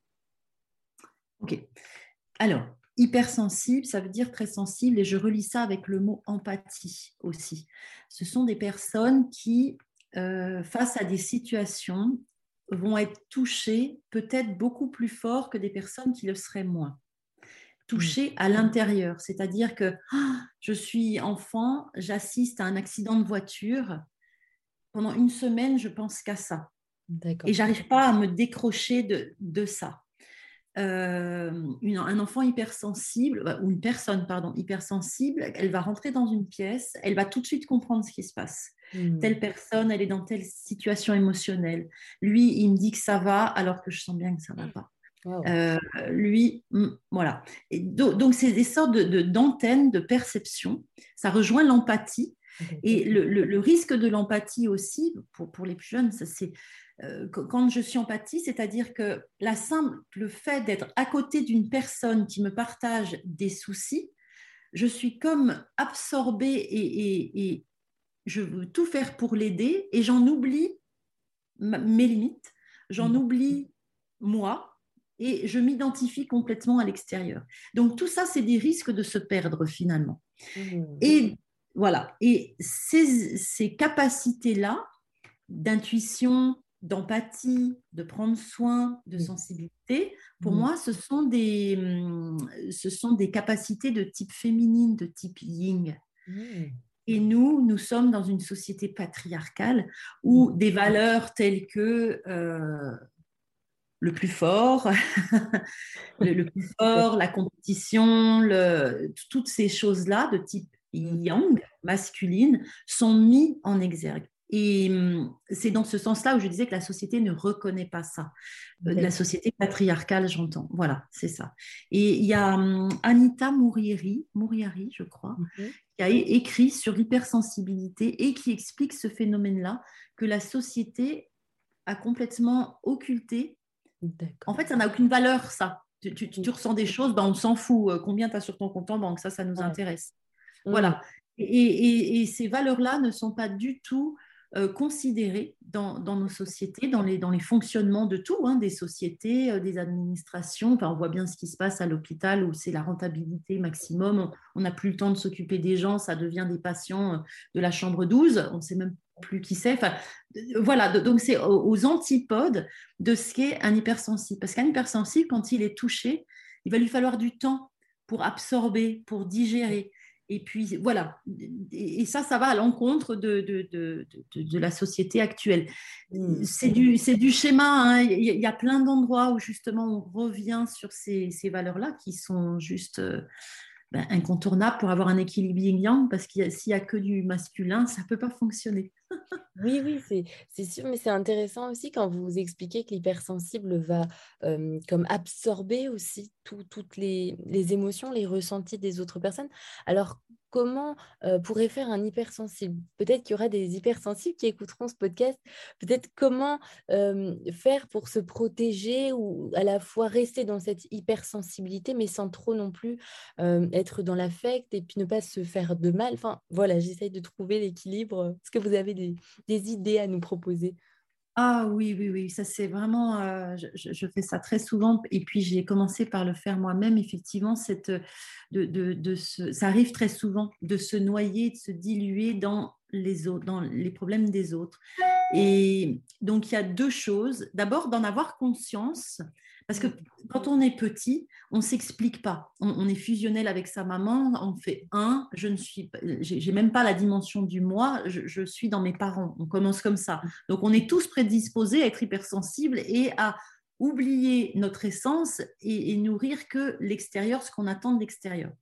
OK. Alors, hypersensible, ça veut dire très sensible, et je relis ça avec le mot empathie aussi. Ce sont des personnes qui, euh, face à des situations, vont être touchées peut-être beaucoup plus fort que des personnes qui le seraient moins. Mm. Touchées à l'intérieur, c'est-à-dire que ah, je suis enfant, j'assiste à un accident de voiture, pendant une semaine, je pense qu'à ça. Et D'accord. j'arrive pas à me décrocher de, de ça. Euh, une, un enfant hypersensible, ou une personne, pardon, hypersensible, elle va rentrer dans une pièce, elle va tout de suite comprendre ce qui se passe. Mm. Telle personne, elle est dans telle situation émotionnelle. Lui, il me dit que ça va, alors que je sens bien que ça ne va pas. Wow. Euh, lui, mm, voilà. Et do, donc, c'est des sortes de, de, d'antennes de perception. Ça rejoint l'empathie. Et Complètement. le, le, le risque de l'empathie aussi, pour, pour les plus jeunes, ça, c'est euh, quand je suis empathie, c'est-à-dire que la simple, le fait d'être à côté d'une personne qui me partage des soucis je suis comme absorbée et, et, et je veux tout faire pour l'aider et j'en oublie ma, mes limites, j'en oublie moi et je m'identifie complètement à l'extérieur. Donc tout ça, c'est des risques de se perdre finalement. Mmh. Et voilà, et ces, ces capacités-là d'intuition, d'empathie, de prendre soin, de sensibilité, pour Mmh. moi, ce sont des, ce sont des capacités de type féminine, de type yin. Mmh. Et nous, nous sommes dans une société patriarcale où des valeurs telles que euh, le plus fort, le, le, plus fort, la compétition, le, toutes ces choses-là de type yang, masculine, sont mis en exergue. Et c'est dans ce sens-là où je disais que la société ne reconnaît pas ça. La société patriarcale, j'entends. Voilà, c'est ça. Et il y a um, Anita Mourieri, Mourieri, je crois, Mmh. qui a écrit sur l'hypersensibilité et qui explique ce phénomène-là, que la société a complètement occulté. En fait, ça n'a aucune valeur, ça. Tu, tu, tu ressens des choses, ben on s'en fout. Combien tu as sur ton compte en banque, ça, ça nous Ouais. intéresse. Mmh. Voilà. Et, et, et ces valeurs-là ne sont pas du tout euh, considérées dans, dans nos sociétés, dans les, dans les fonctionnements de tout, hein, des sociétés, euh, des administrations. Enfin, on voit bien ce qui se passe à l'hôpital où c'est la rentabilité maximum. On n'a plus le temps de s'occuper des gens, ça devient des patients euh, de la chambre douze. On ne sait même plus qui c'est. Enfin, euh, voilà, donc c'est aux, aux antipodes de ce qu'est un hypersensible. Parce qu'un hypersensible, quand il est touché, il va lui falloir du temps pour absorber, pour digérer. Et puis voilà, et ça, ça va à l'encontre de, de, de, de, de la société actuelle. Mmh. C'est du, c'est du schéma, hein. Il y a plein d'endroits où justement on revient sur ces, ces valeurs-là qui sont juste euh, ben, incontournables pour avoir un équilibre yin-yang, parce que s'il n'y a que du masculin, ça ne peut pas fonctionner. Oui, oui, c'est, c'est sûr, mais c'est intéressant aussi quand vous expliquez que l'hypersensible va euh, comme absorber aussi tout- toutes les, les émotions, les ressentis des autres personnes. Alors, comment euh, pourrait faire un hypersensible? Peut-être qu'il y aura des hypersensibles qui écouteront ce podcast. Peut-être comment euh, faire pour se protéger ou à la fois rester dans cette hypersensibilité, mais sans trop non plus euh, être dans l'affect et puis ne pas se faire de mal. Enfin, voilà, j'essaye de trouver l'équilibre. Est-ce que vous avez des des idées à nous proposer? Ah oui, oui, oui, ça c'est vraiment, euh, je, je fais ça très souvent et puis j'ai commencé par le faire moi-même, effectivement, cette, de, de, de se, ça arrive très souvent de se noyer, de se diluer dans les autres, dans les problèmes des autres. Et donc il y a deux choses, d'abord d'en avoir conscience, parce que quand on est petit, on ne s'explique pas. On, on est fusionnel avec sa maman, on fait un, je ne suis pas, j'ai, j'ai même pas la dimension du moi, je, je suis dans mes parents. On commence comme ça. Donc on est tous prédisposés à être hypersensibles et à oublier notre essence et, et nourrir que l'extérieur, ce qu'on attend de l'extérieur.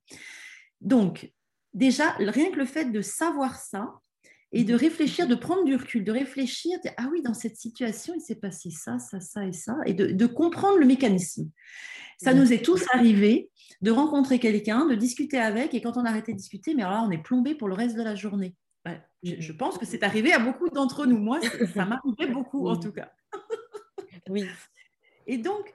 Donc déjà, rien que le fait de savoir ça, et de réfléchir, de prendre du recul, de réfléchir, de, ah oui, dans cette situation, il s'est passé ça, ça, ça et ça, et de, de comprendre le mécanisme. Ça nous est tous arrivé de rencontrer quelqu'un, de discuter avec, et quand on arrêtait de discuter, mais alors là, on est plombé pour le reste de la journée. Ouais, je, je pense que c'est arrivé à beaucoup d'entre nous. Moi, ça m'arrivait beaucoup, en tout cas. Oui. Et donc,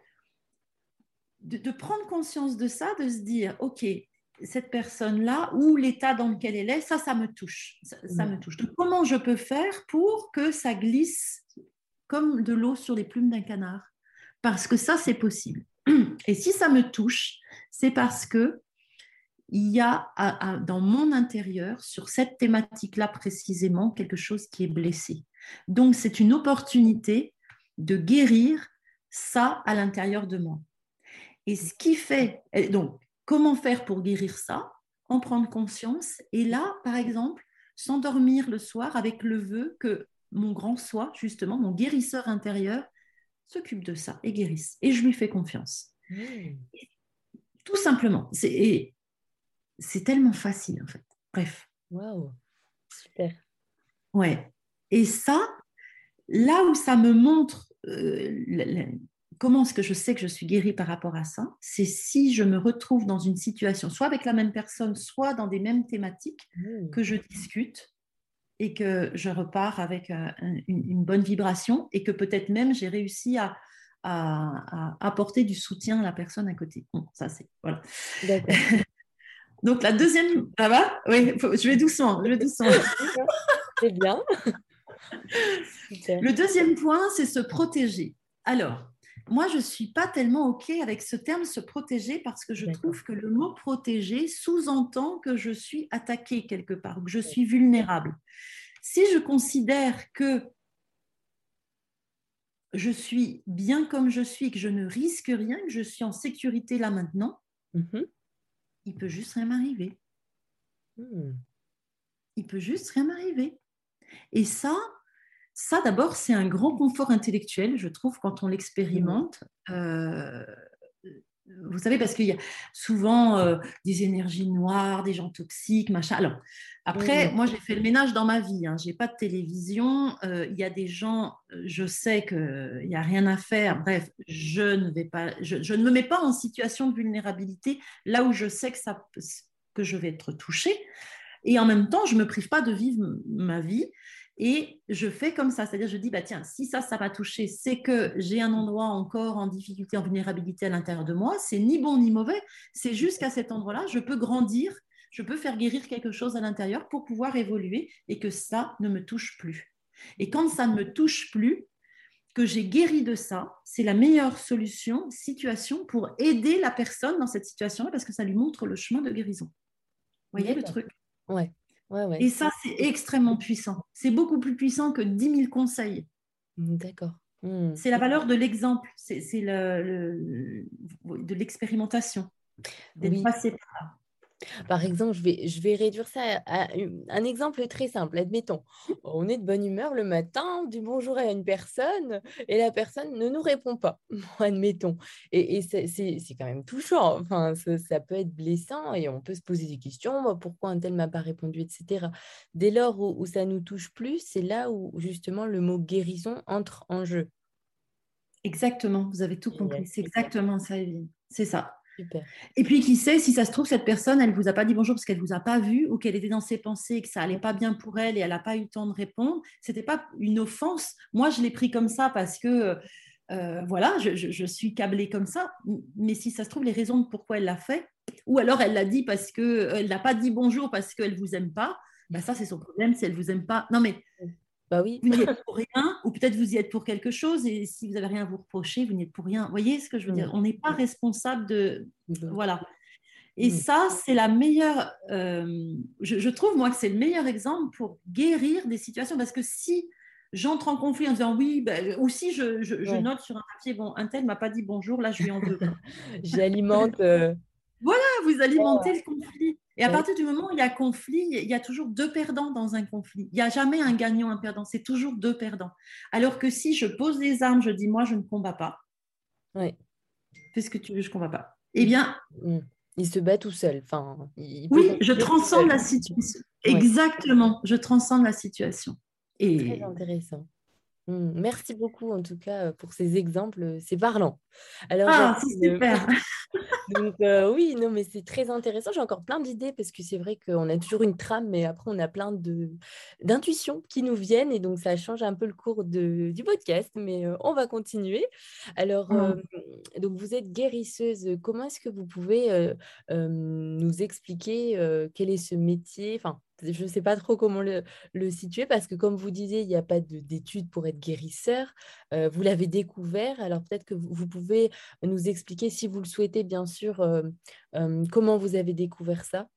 de, de prendre conscience de ça, de se dire, OK, cette personne-là ou l'état dans lequel elle est, ça, ça me touche. Ça, ça me touche. Donc, comment je peux faire pour que ça glisse comme de l'eau sur les plumes d'un canard? Parce que ça, c'est possible. Et si ça me touche, c'est parce que il y a à, à, dans mon intérieur, sur cette thématique-là précisément, quelque chose qui est blessé. Donc, c'est une opportunité de guérir ça à l'intérieur de moi. Et ce qui fait, donc, comment faire pour guérir ça? En prendre conscience. Et là, par exemple, s'endormir le soir avec le vœu que mon grand soi, justement, mon guérisseur intérieur, s'occupe de ça et guérisse. Et je lui fais confiance. Mmh. Tout simplement. C'est, c'est tellement facile, en fait. Bref. Waouh, super. Ouais. Et ça, là où ça me montre euh, la, la, comment est-ce que je sais que je suis guérie par rapport à ça, c'est si je me retrouve dans une situation, soit avec la même personne, soit dans des mêmes thématiques, Mmh. que je discute et que je repars avec euh, une, une bonne vibration et que peut-être même j'ai réussi à, à, à apporter du soutien à la personne à côté. Bon, ça c'est, voilà. D'accord. Donc, la deuxième, ça va? Oui, faut- je vais doucement, je vais doucement. C'est bien. Super. Le deuxième point, c'est se protéger. Alors, moi, je ne suis pas tellement OK avec ce terme se protéger parce que je D'accord. trouve que le mot protéger sous-entend que je suis attaquée quelque part, que je suis vulnérable. Si je considère que je suis bien comme je suis, que je ne risque rien, que je suis en sécurité là maintenant, Mhm. il peut juste rien m'arriver. Hmm. Il peut juste rien m'arriver. Et ça, ça d'abord, c'est un grand confort intellectuel, je trouve, quand on Mhm. l'expérimente. Euh, vous savez, parce qu'il y a souvent euh, des énergies noires, des gens toxiques, machin. Alors, après, Mhm. moi, j'ai fait le ménage dans ma vie. Hein. Je n'ai pas de télévision. Euh, Il y a des gens, euh, je sais qu'il n'y a rien à faire. Bref, je ne vais pas, je, je ne me mets pas en situation de vulnérabilité là où je sais que, ça, que je vais être touchée. Et en même temps, je ne me prive pas de vivre ma vie. Et je fais comme ça, c'est-à-dire je dis, bah tiens, si ça, ça m'a touché, c'est que j'ai un endroit encore en difficulté, en vulnérabilité à l'intérieur de moi, c'est ni bon ni mauvais, c'est juste qu'à cet endroit-là, je peux grandir, je peux faire guérir quelque chose à l'intérieur pour pouvoir évoluer et que ça ne me touche plus. Et quand ça ne me touche plus, que j'ai guéri de ça, c'est la meilleure solution, situation pour aider la personne dans cette situation-là parce que ça lui montre le chemin de guérison. Vous voyez le D'accord. truc? Ouais. Ouais, ouais. Et ça, c'est extrêmement puissant. C'est beaucoup plus puissant que dix mille conseils. D'accord. Hmm. C'est la valeur de l'exemple, c'est c'est le, le- de l'expérimentation, d'être Oui. passé. Par exemple, je vais, je vais réduire ça à, à une- un exemple très simple. Admettons, on est de bonne humeur le matin, on dit bonjour à une personne et la personne ne nous répond pas. Bon, admettons. Et, et c'est c'est- c'est quand même touchant. Enfin, ça, ça peut être blessant et on peut se poser des questions. Moi, pourquoi un tel m'a pas répondu, et cetera. Dès lors où, où ça nous touche plus, c'est là où justement le mot guérison entre en jeu. Exactement, vous avez tout compris. Génial. C'est exactement ça, Evelyne. C'est ça. Super. Et puis, qui sait, si ça se trouve, cette personne, elle ne vous a pas dit bonjour parce qu'elle ne vous a pas vu ou qu'elle était dans ses pensées et que ça allait pas bien pour elle et elle n'a pas eu le temps de répondre. C'était pas une offense. Moi, je l'ai pris comme ça parce que, euh, voilà, je, je- je suis câblée comme ça. Mais si ça se trouve, les raisons de pourquoi elle l'a fait, ou alors elle l'a dit parce qu'elle n'a pas dit bonjour parce qu'elle ne vous aime pas, bah ça, c'est son problème si elle ne vous aime pas. Non, mais Bah oui. vous n'y êtes pour rien, ou peut-être vous y êtes pour quelque chose, et si vous n'avez rien à vous reprocher, vous n'y êtes pour rien. Vous voyez ce que je veux dire? Hmm. On n'est pas responsable de... De l'autre. Voilà. Et Hmm. ça, c'est la meilleure... euh, je, je trouve, moi, que c'est le meilleur exemple pour guérir des situations, parce que si j'entre en conflit en disant oui, ben, ou si je, je, je Ouais. note sur un papier, bon, un tel m'a pas dit bonjour, là, je lui en veux. Quoi. J'alimente. euh, Voilà, vous alimentez le conflit. Et à ouais. partir du moment où il y a conflit, il y a toujours deux perdants dans un conflit. Il n'y a jamais un gagnant, un perdant. C'est toujours deux perdants. Alors que si je pose les armes, je dis moi, je ne combats pas. Ouais. Fais ce que tu veux, je ne combats pas. Eh Il, bien, hmm. Il se bat tout seul. Enfin, il il peut oui, je continuer tout transcende seul. la situation. Ouais. Exactement, je transcende la situation. Très Et intéressant. Hmm. Merci beaucoup en tout cas pour ces exemples. C'est parlant. Alors j'avais ah, c'est une, super. donc, euh, oui, non, mais c'est très intéressant. J'ai encore plein d'idées parce que c'est vrai qu'on a toujours une trame, mais après, on a plein de d'intuitions qui nous viennent et donc ça change un peu le cours de, du podcast, mais euh, on va continuer. Alors, euh, donc, vous êtes guérisseuse. Comment est-ce que vous pouvez euh, euh, nous expliquer euh, quel est ce métier? Enfin, je ne sais pas trop comment le, le situer parce que, comme vous disiez, il n'y a pas de- d'études pour être guérisseur. Euh, vous l'avez découvert. Alors, peut-être que vous, vous pouvez nous expliquer, si vous le souhaitez, bien sûr, euh, euh, comment vous avez découvert ça?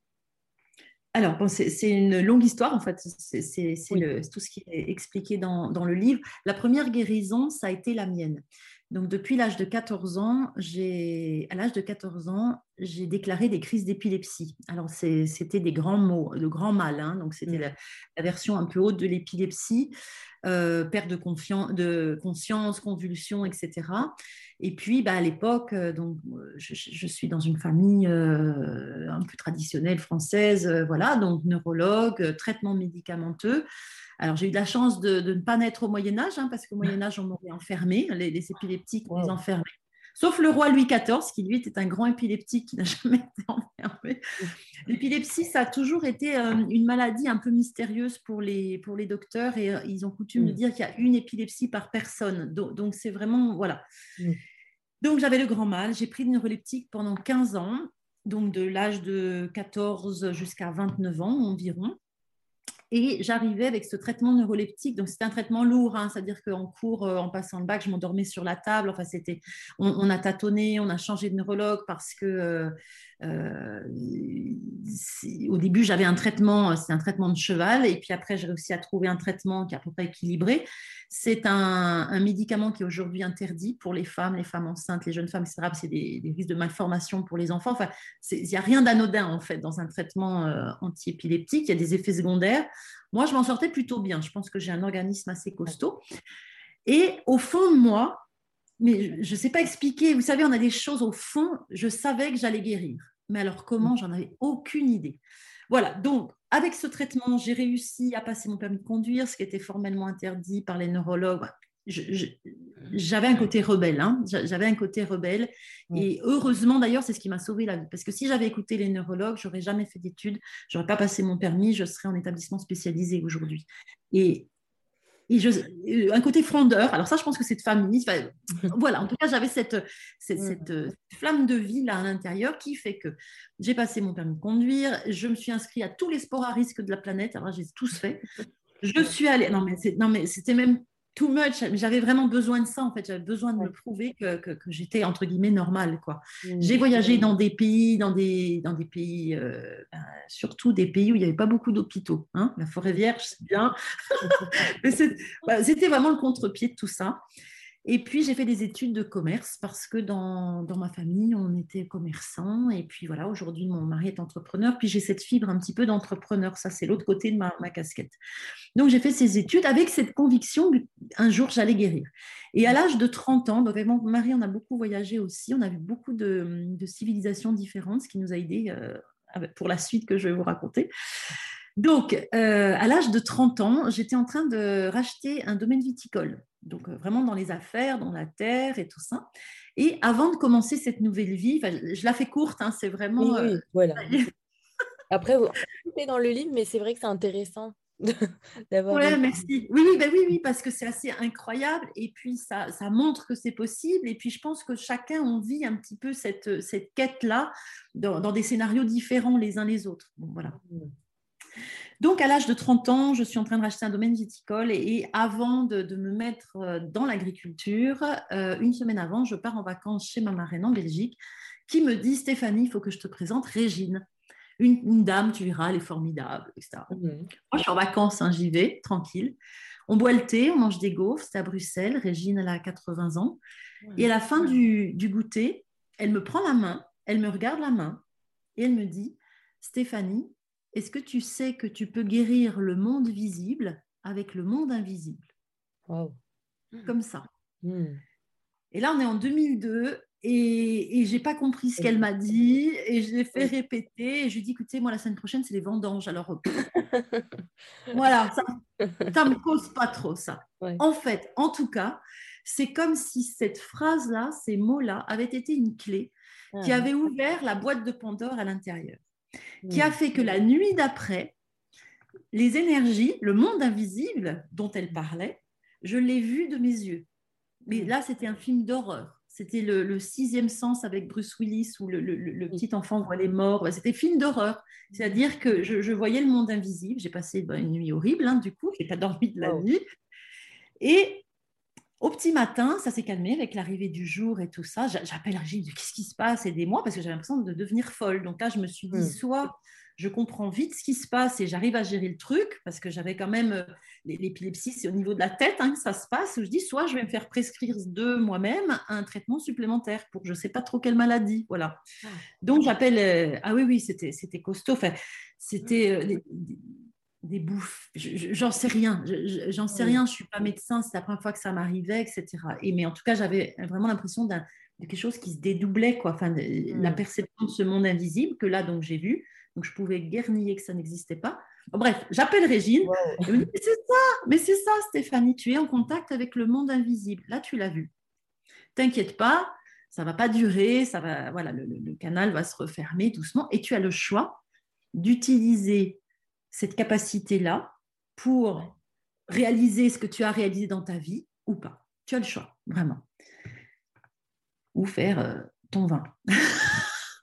Alors, bon, c'est c'est une longue histoire, en fait. C'est c'est- c'est Oui. le- c'est tout ce qui est expliqué dans, dans le livre. La première guérison, ça a été la mienne. Donc, depuis l'âge de quatorze ans, j'ai, à l'âge de quatorze ans, j'ai déclaré des crises d'épilepsie. Alors, c'est- c'était des grands mots, de grands mal. Hein. Donc, c'était Mm. la, la version un peu haute de l'épilepsie, euh, perte de, confiance, de conscience, convulsions, et cetera. Et puis, bah, à l'époque, euh, donc, euh, je, je suis dans une famille euh, un peu traditionnelle française, euh, voilà, donc neurologue, euh, traitement médicamenteux. Alors, j'ai eu de la chance de, de ne pas naître au Moyen Âge, hein, parce qu'au Moyen Âge, on m'aurait enfermé, les, les épileptiques, on les Wow. enfermait. Sauf le roi Louis quatorze, qui lui était un grand épileptique qui n'a jamais été enfermé. L'épilepsie, ça a toujours été euh, une maladie un peu mystérieuse pour les, pour les docteurs et euh, ils ont coutume de Mm. dire qu'il y a une épilepsie par personne. Donc, donc c'est vraiment, voilà. Mm. Donc, j'avais le grand mal. J'ai pris de neuroleptique pendant quinze ans. donc de l'âge de quatorze jusqu'à vingt-neuf ans environ. Et j'arrivais avec ce traitement neuroleptique. Donc, c'était un traitement lourd, hein, c'est-à-dire qu'en cours, euh, en passant le bac, je m'endormais sur la table. Enfin, c'était, on, on a tâtonné, on a changé de neurologue parce que euh, euh, au début, j'avais un traitement, c'est un traitement de cheval. Et puis après, j'ai réussi à trouver un traitement qui est à peu près équilibré. C'est un, un médicament qui est aujourd'hui interdit pour les femmes, les femmes enceintes, les jeunes femmes, et cetera. C'est des, des risques de malformation pour les enfants. Enfin, il n'y a rien d'anodin, en fait, dans un traitement euh, antiépileptique. Il y a des effets secondaires. Moi, je m'en sortais plutôt bien. Je pense que j'ai un organisme assez costaud. Et au fond de moi, mais je ne sais pas expliquer, vous savez, on a des choses au fond, je savais que j'allais guérir. Mais alors comment, j'en avais aucune idée. Voilà, donc avec ce traitement, j'ai réussi à passer mon permis de conduire, ce qui était formellement interdit par les neurologues. Je, je, j'avais un côté rebelle, hein. J'avais un côté rebelle. Et heureusement, d'ailleurs, c'est ce qui m'a sauvé la vie. Parce que si j'avais écouté les neurologues, je n'aurais jamais fait d'études, je n'aurais pas passé mon permis, je serais en établissement spécialisé aujourd'hui. Et Et je, un côté frondeur. Alors ça, je pense que c'est de famille. Enfin, voilà, en tout cas, j'avais cette, cette, cette, cette flamme de vie là à l'intérieur qui fait que j'ai passé mon permis de conduire. Je me suis inscrite à tous les sports à risque de la planète. Alors, j'ai tous fait. Je suis allée. Non, mais, c'est, non, mais c'était même too much. J'avais vraiment besoin de ça, en fait. J'avais besoin de me prouver que, que, que j'étais, entre guillemets, normale, quoi. Mmh. J'ai voyagé dans des pays, dans des, dans des pays, euh, ben, surtout des pays où il n'y avait pas beaucoup d'hôpitaux. Hein. La Forêt Vierge, c'est bien. Mais c'est, bah, c'était vraiment le contre-pied de tout ça. Et puis, j'ai fait des études de commerce parce que dans, dans ma famille, on était commerçants. Et puis, voilà, aujourd'hui, mon mari est entrepreneur. Puis, j'ai cette fibre un petit peu d'entrepreneur. Ça, c'est l'autre côté de ma, ma casquette. Donc, j'ai fait ces études avec cette conviction qu'un jour, j'allais guérir. Et à l'âge de trente ans, donc avec mon mari, on a beaucoup voyagé aussi. On a vu beaucoup de, de civilisations différentes, ce qui nous a aidés euh, pour la suite que je vais vous raconter. Donc, euh, à l'âge de trente ans, j'étais en train de racheter un domaine viticole. Donc, euh, vraiment dans les affaires, dans la terre et tout ça. Et avant de commencer cette nouvelle vie, je la fais courte, hein, c'est vraiment... Oui, oui, euh... voilà. Après, vous êtes dans le livre, mais c'est vrai que c'est intéressant d'avoir... Ouais, une... merci. Oui, oui, ben oui, oui, parce que c'est assez incroyable. Et puis, ça, ça montre que c'est possible. Et puis, je pense que chacun, on vit un petit peu cette, cette quête-là dans, dans des scénarios différents les uns les autres. Bon, voilà. Donc, à l'âge de trente ans, je suis en train de racheter un domaine viticole et, et avant de, de me mettre dans l'agriculture, euh, une semaine avant, je pars en vacances chez ma marraine en Belgique qui me dit « Stéphanie, il faut que je te présente Régine. Une, une dame, tu verras, elle est formidable, et cetera. Mmh. Moi, je suis en vacances, hein, j'y vais, tranquille. On boit le thé, on mange des gaufres, c'est à Bruxelles. Régine, elle a quatre-vingts ans. Mmh. Et à la fin du, du goûter, elle me prend la main, elle me regarde la main et elle me dit « Stéphanie, est-ce que tu sais que tu peux guérir le monde visible avec le monde invisible ?» Wow. Comme ça. Mmh. Et là, on est en deux mille deux et, et je n'ai pas compris ce qu'elle m'a dit et je l'ai fait répéter et je lui ai dit, écoutez, moi, la semaine prochaine, c'est les vendanges. Alors, voilà, ça ne me cause pas trop ça. Ouais. En fait, en tout cas, c'est comme si cette phrase-là, ces mots-là, avaient été une clé ah. qui avait ouvert la boîte de Pandore à l'intérieur, mmh. qui a fait que la nuit d'après, les énergies, le monde invisible dont elle parlait, je l'ai vu de mes yeux. Mais là, c'était un film d'horreur. C'était le, le sixième sens avec Bruce Willis où le, le, le petit enfant voit les morts. C'était film d'horreur. C'est-à-dire que je, je voyais le monde invisible. J'ai passé ben, une nuit horrible, hein, du coup. Je n'ai pas dormi de la oh. nuit. Et au petit matin, ça s'est calmé avec l'arrivée du jour et tout ça. J'appelle Régine, qu'est-ce qui se passe? Aidez-moi, parce que j'avais l'impression de devenir folle. Donc là, je me suis dit, mmh. soit je comprends vite ce qui se passe et j'arrive à gérer le truc, parce que j'avais quand même l'épilepsie, c'est au niveau de la tête hein, que ça se passe. Je dis, soit je vais me faire prescrire de moi-même un traitement supplémentaire pour je ne sais pas trop quelle maladie. Voilà. Donc j'appelle, euh, ah oui, oui, c'était, c'était costaud. Enfin, c'était euh, des, des, des bouffes, je, j'en sais rien, je, j'en sais rien, je ne suis pas médecin, c'est la première fois que ça m'arrivait, et cetera. Et, mais en tout cas, j'avais vraiment l'impression d'un, de quelque chose qui se dédoublait, quoi. Enfin, de, mmh. la perception de ce monde invisible que là, donc, j'ai vu. Donc, je pouvais guernier que ça n'existait pas. Bon, bref, j'appelle Régine. Wow. Elle me dit, mais c'est ça, mais c'est ça, Stéphanie, tu es en contact avec le monde invisible. Là, tu l'as vu. T'inquiète pas, ça ne va pas durer, ça va, voilà, le, le, le canal va se refermer doucement et tu as le choix d'utiliser cette capacité-là pour réaliser ce que tu as réalisé dans ta vie ou pas. Tu as le choix, vraiment. Ou faire euh, ton vin.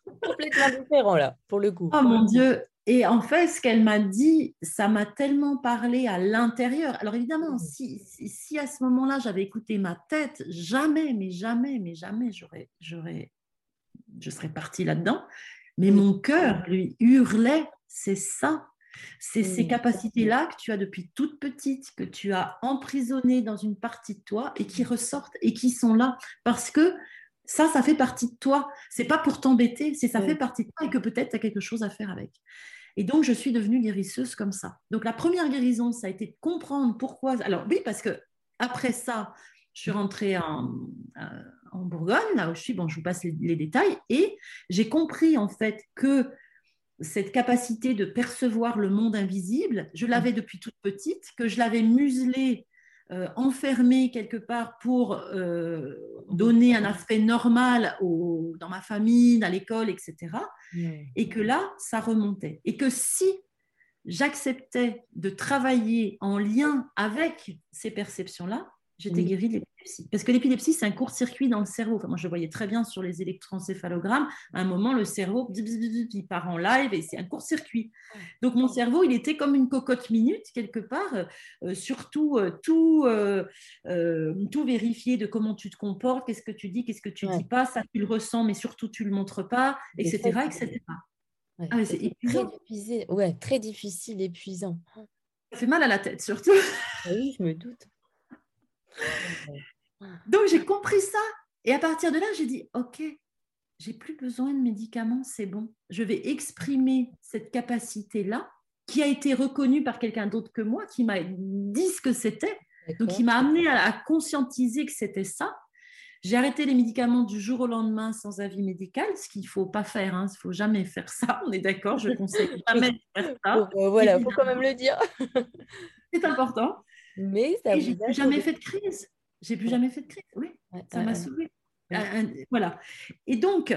complètement différent là, pour le coup. Oh mon Dieu! Et en fait, ce qu'elle m'a dit, ça m'a tellement parlé à l'intérieur. Alors évidemment, Mhm. si, si, si à ce moment-là, j'avais écouté ma tête, jamais, mais jamais, mais jamais, j'aurais, j'aurais, je serais partie là-dedans. Mais Oui. mon cœur, lui, hurlait, c'est ça. C'est ces Mhm. capacités-là que tu as depuis toute petite, que tu as emprisonnées dans une partie de toi et qui ressortent et qui sont là. Parce que ça, ça fait partie de toi. C'est pas pour t'embêter, c'est ça fait Oui. partie de toi et que peut-être tu as quelque chose à faire avec. Et donc, je suis devenue guérisseuse comme ça. Donc, la première guérison, ça a été de comprendre pourquoi. Alors, oui, parce que après ça, je suis rentrée en, euh, en Bourgogne, là où je suis. Bon, je vous passe les, les détails. Et j'ai compris, en fait, que cette capacité de percevoir le monde invisible, je l'avais depuis toute petite, que je l'avais muselée, euh, enfermée quelque part pour euh, donner un aspect normal au, dans ma famille, dans l'école, et cetera. Mhm. Et que là, ça remontait. Et que si j'acceptais de travailler en lien avec ces perceptions-là, j'étais Oui. guérie de l'épilepsie. Parce que l'épilepsie, c'est un court-circuit dans le cerveau. Enfin, moi, je le voyais très bien sur les électroencéphalogrammes. À un moment, le cerveau, il part en live et c'est un court-circuit. Donc, mon cerveau, il était comme une cocotte minute, quelque part, euh, surtout euh, tout, euh, euh, tout vérifier de comment tu te comportes, qu'est-ce que tu dis, qu'est-ce que tu Ouais. dis pas, ça, tu le ressens, mais surtout, tu le montres pas, C'est et cetera, fatigant. et cetera. Ouais. Ah, mais c'est C'était très épuisant. difficile. Ouais, très difficile, épuisant. Ça fait mal à la tête, surtout. Ah oui, je me doute. Ouais. Donc, j'ai compris ça. Et à partir de là, j'ai dit, OK, j'ai plus besoin de médicaments, c'est bon. Je vais exprimer cette capacité-là, qui a été reconnue par quelqu'un d'autre que moi, qui m'a dit ce que c'était. Donc, qui D'accord. m'a amené à, à conscientiser que c'était ça. J'ai arrêté les médicaments du jour au lendemain sans avis médical, ce qu'il ne faut pas faire. Hein. Il ne faut jamais faire ça. On est d'accord. Je conseille jamais Oui. de faire ça. Pour, euh, voilà, faut quand même le dire. C'est important. Mais ça Et vous j'ai a plus jamais sauvé. fait de crise. J'ai plus Ouais, jamais fait de crise. Oui, ouais, ça ouais, m'a ouais. sauvée. Oui. Un- un- voilà. Et donc,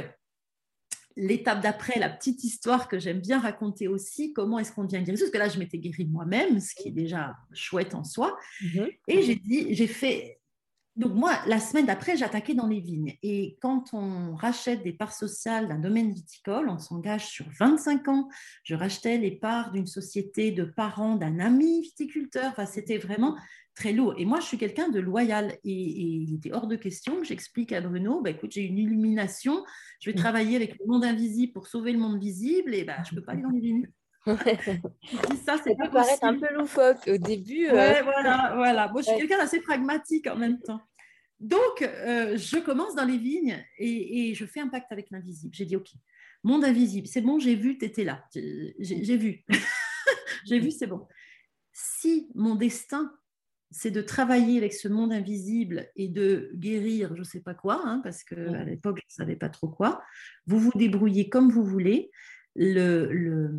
l'étape d'après, la petite histoire que j'aime bien raconter aussi, comment est-ce qu'on devient guérisseuse, parce que là, je m'étais guérie moi-même, ce qui est déjà chouette en soi. Mhm. Et j'ai dit, j'ai fait. Donc, moi, la semaine d'après, j'attaquais dans les vignes. Et quand on rachète des parts sociales d'un domaine viticole, on s'engage sur vingt-cinq ans. Je rachetais les parts d'une société de parents d'un ami viticulteur. Enfin, c'était vraiment très lourd. Et moi, je suis quelqu'un de loyal. Et, et il était hors de question que j'explique à Bruno, bah, écoute, j'ai une illumination, je vais travailler avec le monde invisible pour sauver le monde visible, et bah, je ne peux pas aller dans les vignes. Ouais. Je dis ça, Ça c'est pas peut paraître un possible. peu loufoque au début. euh, Ouais, voilà, voilà. Moi, je suis ouais. quelqu'un d'assez pragmatique en même temps. Donc, euh, je commence dans les vignes et, et je fais un pacte avec l'invisible. J'ai dit, OK, monde invisible, c'est bon, j'ai vu, tu étais là. J'ai j'ai vu. J'ai vu, c'est bon. Si mon destin, c'est de travailler avec ce monde invisible et de guérir, je ne sais pas quoi, hein, parce qu'à l'époque, je ne savais pas trop quoi, vous vous débrouillez comme vous voulez. Le, le...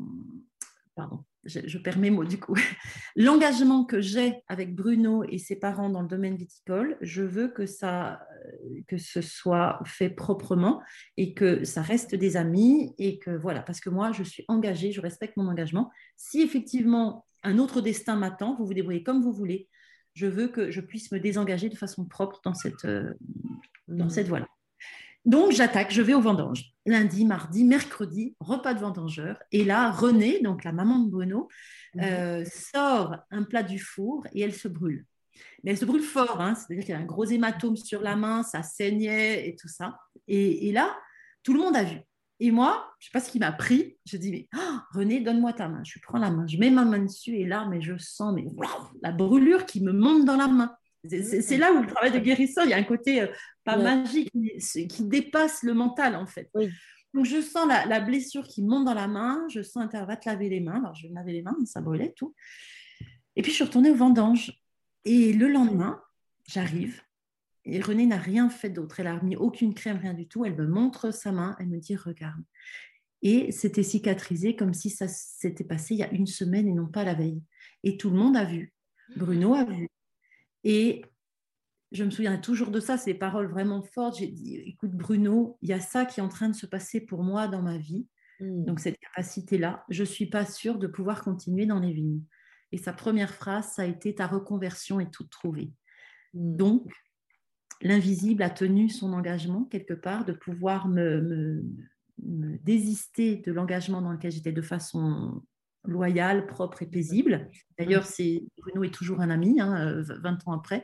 Pardon, je, je perds mes mots du coup. L'engagement que j'ai avec Bruno et ses parents dans le domaine viticole, je veux que, ça, que ce soit fait proprement et que ça reste des amis et que voilà, parce que moi, je suis engagée, je respecte mon engagement. Si effectivement un autre destin m'attend, vous vous débrouillez comme vous voulez, je veux que je puisse me désengager de façon propre dans cette, euh, dans Mhm. cette voie-là. Donc, j'attaque, je vais aux vendanges. Lundi, mardi, mercredi, repas de vendangeur. Et là, Renée, donc la maman de Bruno, Mhm. euh, sort un plat du four et elle se brûle. Mais elle se brûle fort, hein, c'est-à-dire qu'il y a un gros hématome sur la main, ça saignait et tout ça. Et, et là, tout le monde a vu. Et moi, je ne sais pas ce qui m'a pris. Je dis, mais oh, Renée, donne-moi ta main. Je prends la main, je mets ma main dessus et là, mais je sens mais, wow, la brûlure qui me monte dans la main. C'est Mhm. là où le travail de guérisseur, il y a un côté euh, pas Ouais. magique, mais qui dépasse le mental en fait. Oui. Donc je sens la, la blessure qui monte dans la main, je sens qu'elle va te laver les mains. Alors je vais me laver les mains, ça brûlait tout. Et puis je suis retournée aux vendanges. Et le lendemain, j'arrive et Renée n'a rien fait d'autre. Elle n'a mis aucune crème, rien du tout. Elle me montre sa main, elle me dit regarde. Et c'était cicatrisé comme si ça s'était passé il y a une semaine et non pas la veille. Et tout le monde a vu. Bruno a vu. Et je me souviens toujours de ça, c'est des paroles vraiment fortes. J'ai dit, écoute Bruno, il y a ça qui est en train de se passer pour moi dans ma vie. Mhm. Donc cette capacité-là, je ne suis pas sûre de pouvoir continuer dans les vignes. Et sa première phrase, ça a été ta reconversion est toute trouvée. Mhm. Donc l'invisible a tenu son engagement quelque part de pouvoir me, me, me désister de l'engagement dans lequel j'étais de façon loyale, propre et paisible. D'ailleurs, c'est, Bruno est toujours un ami, hein, vingt ans après.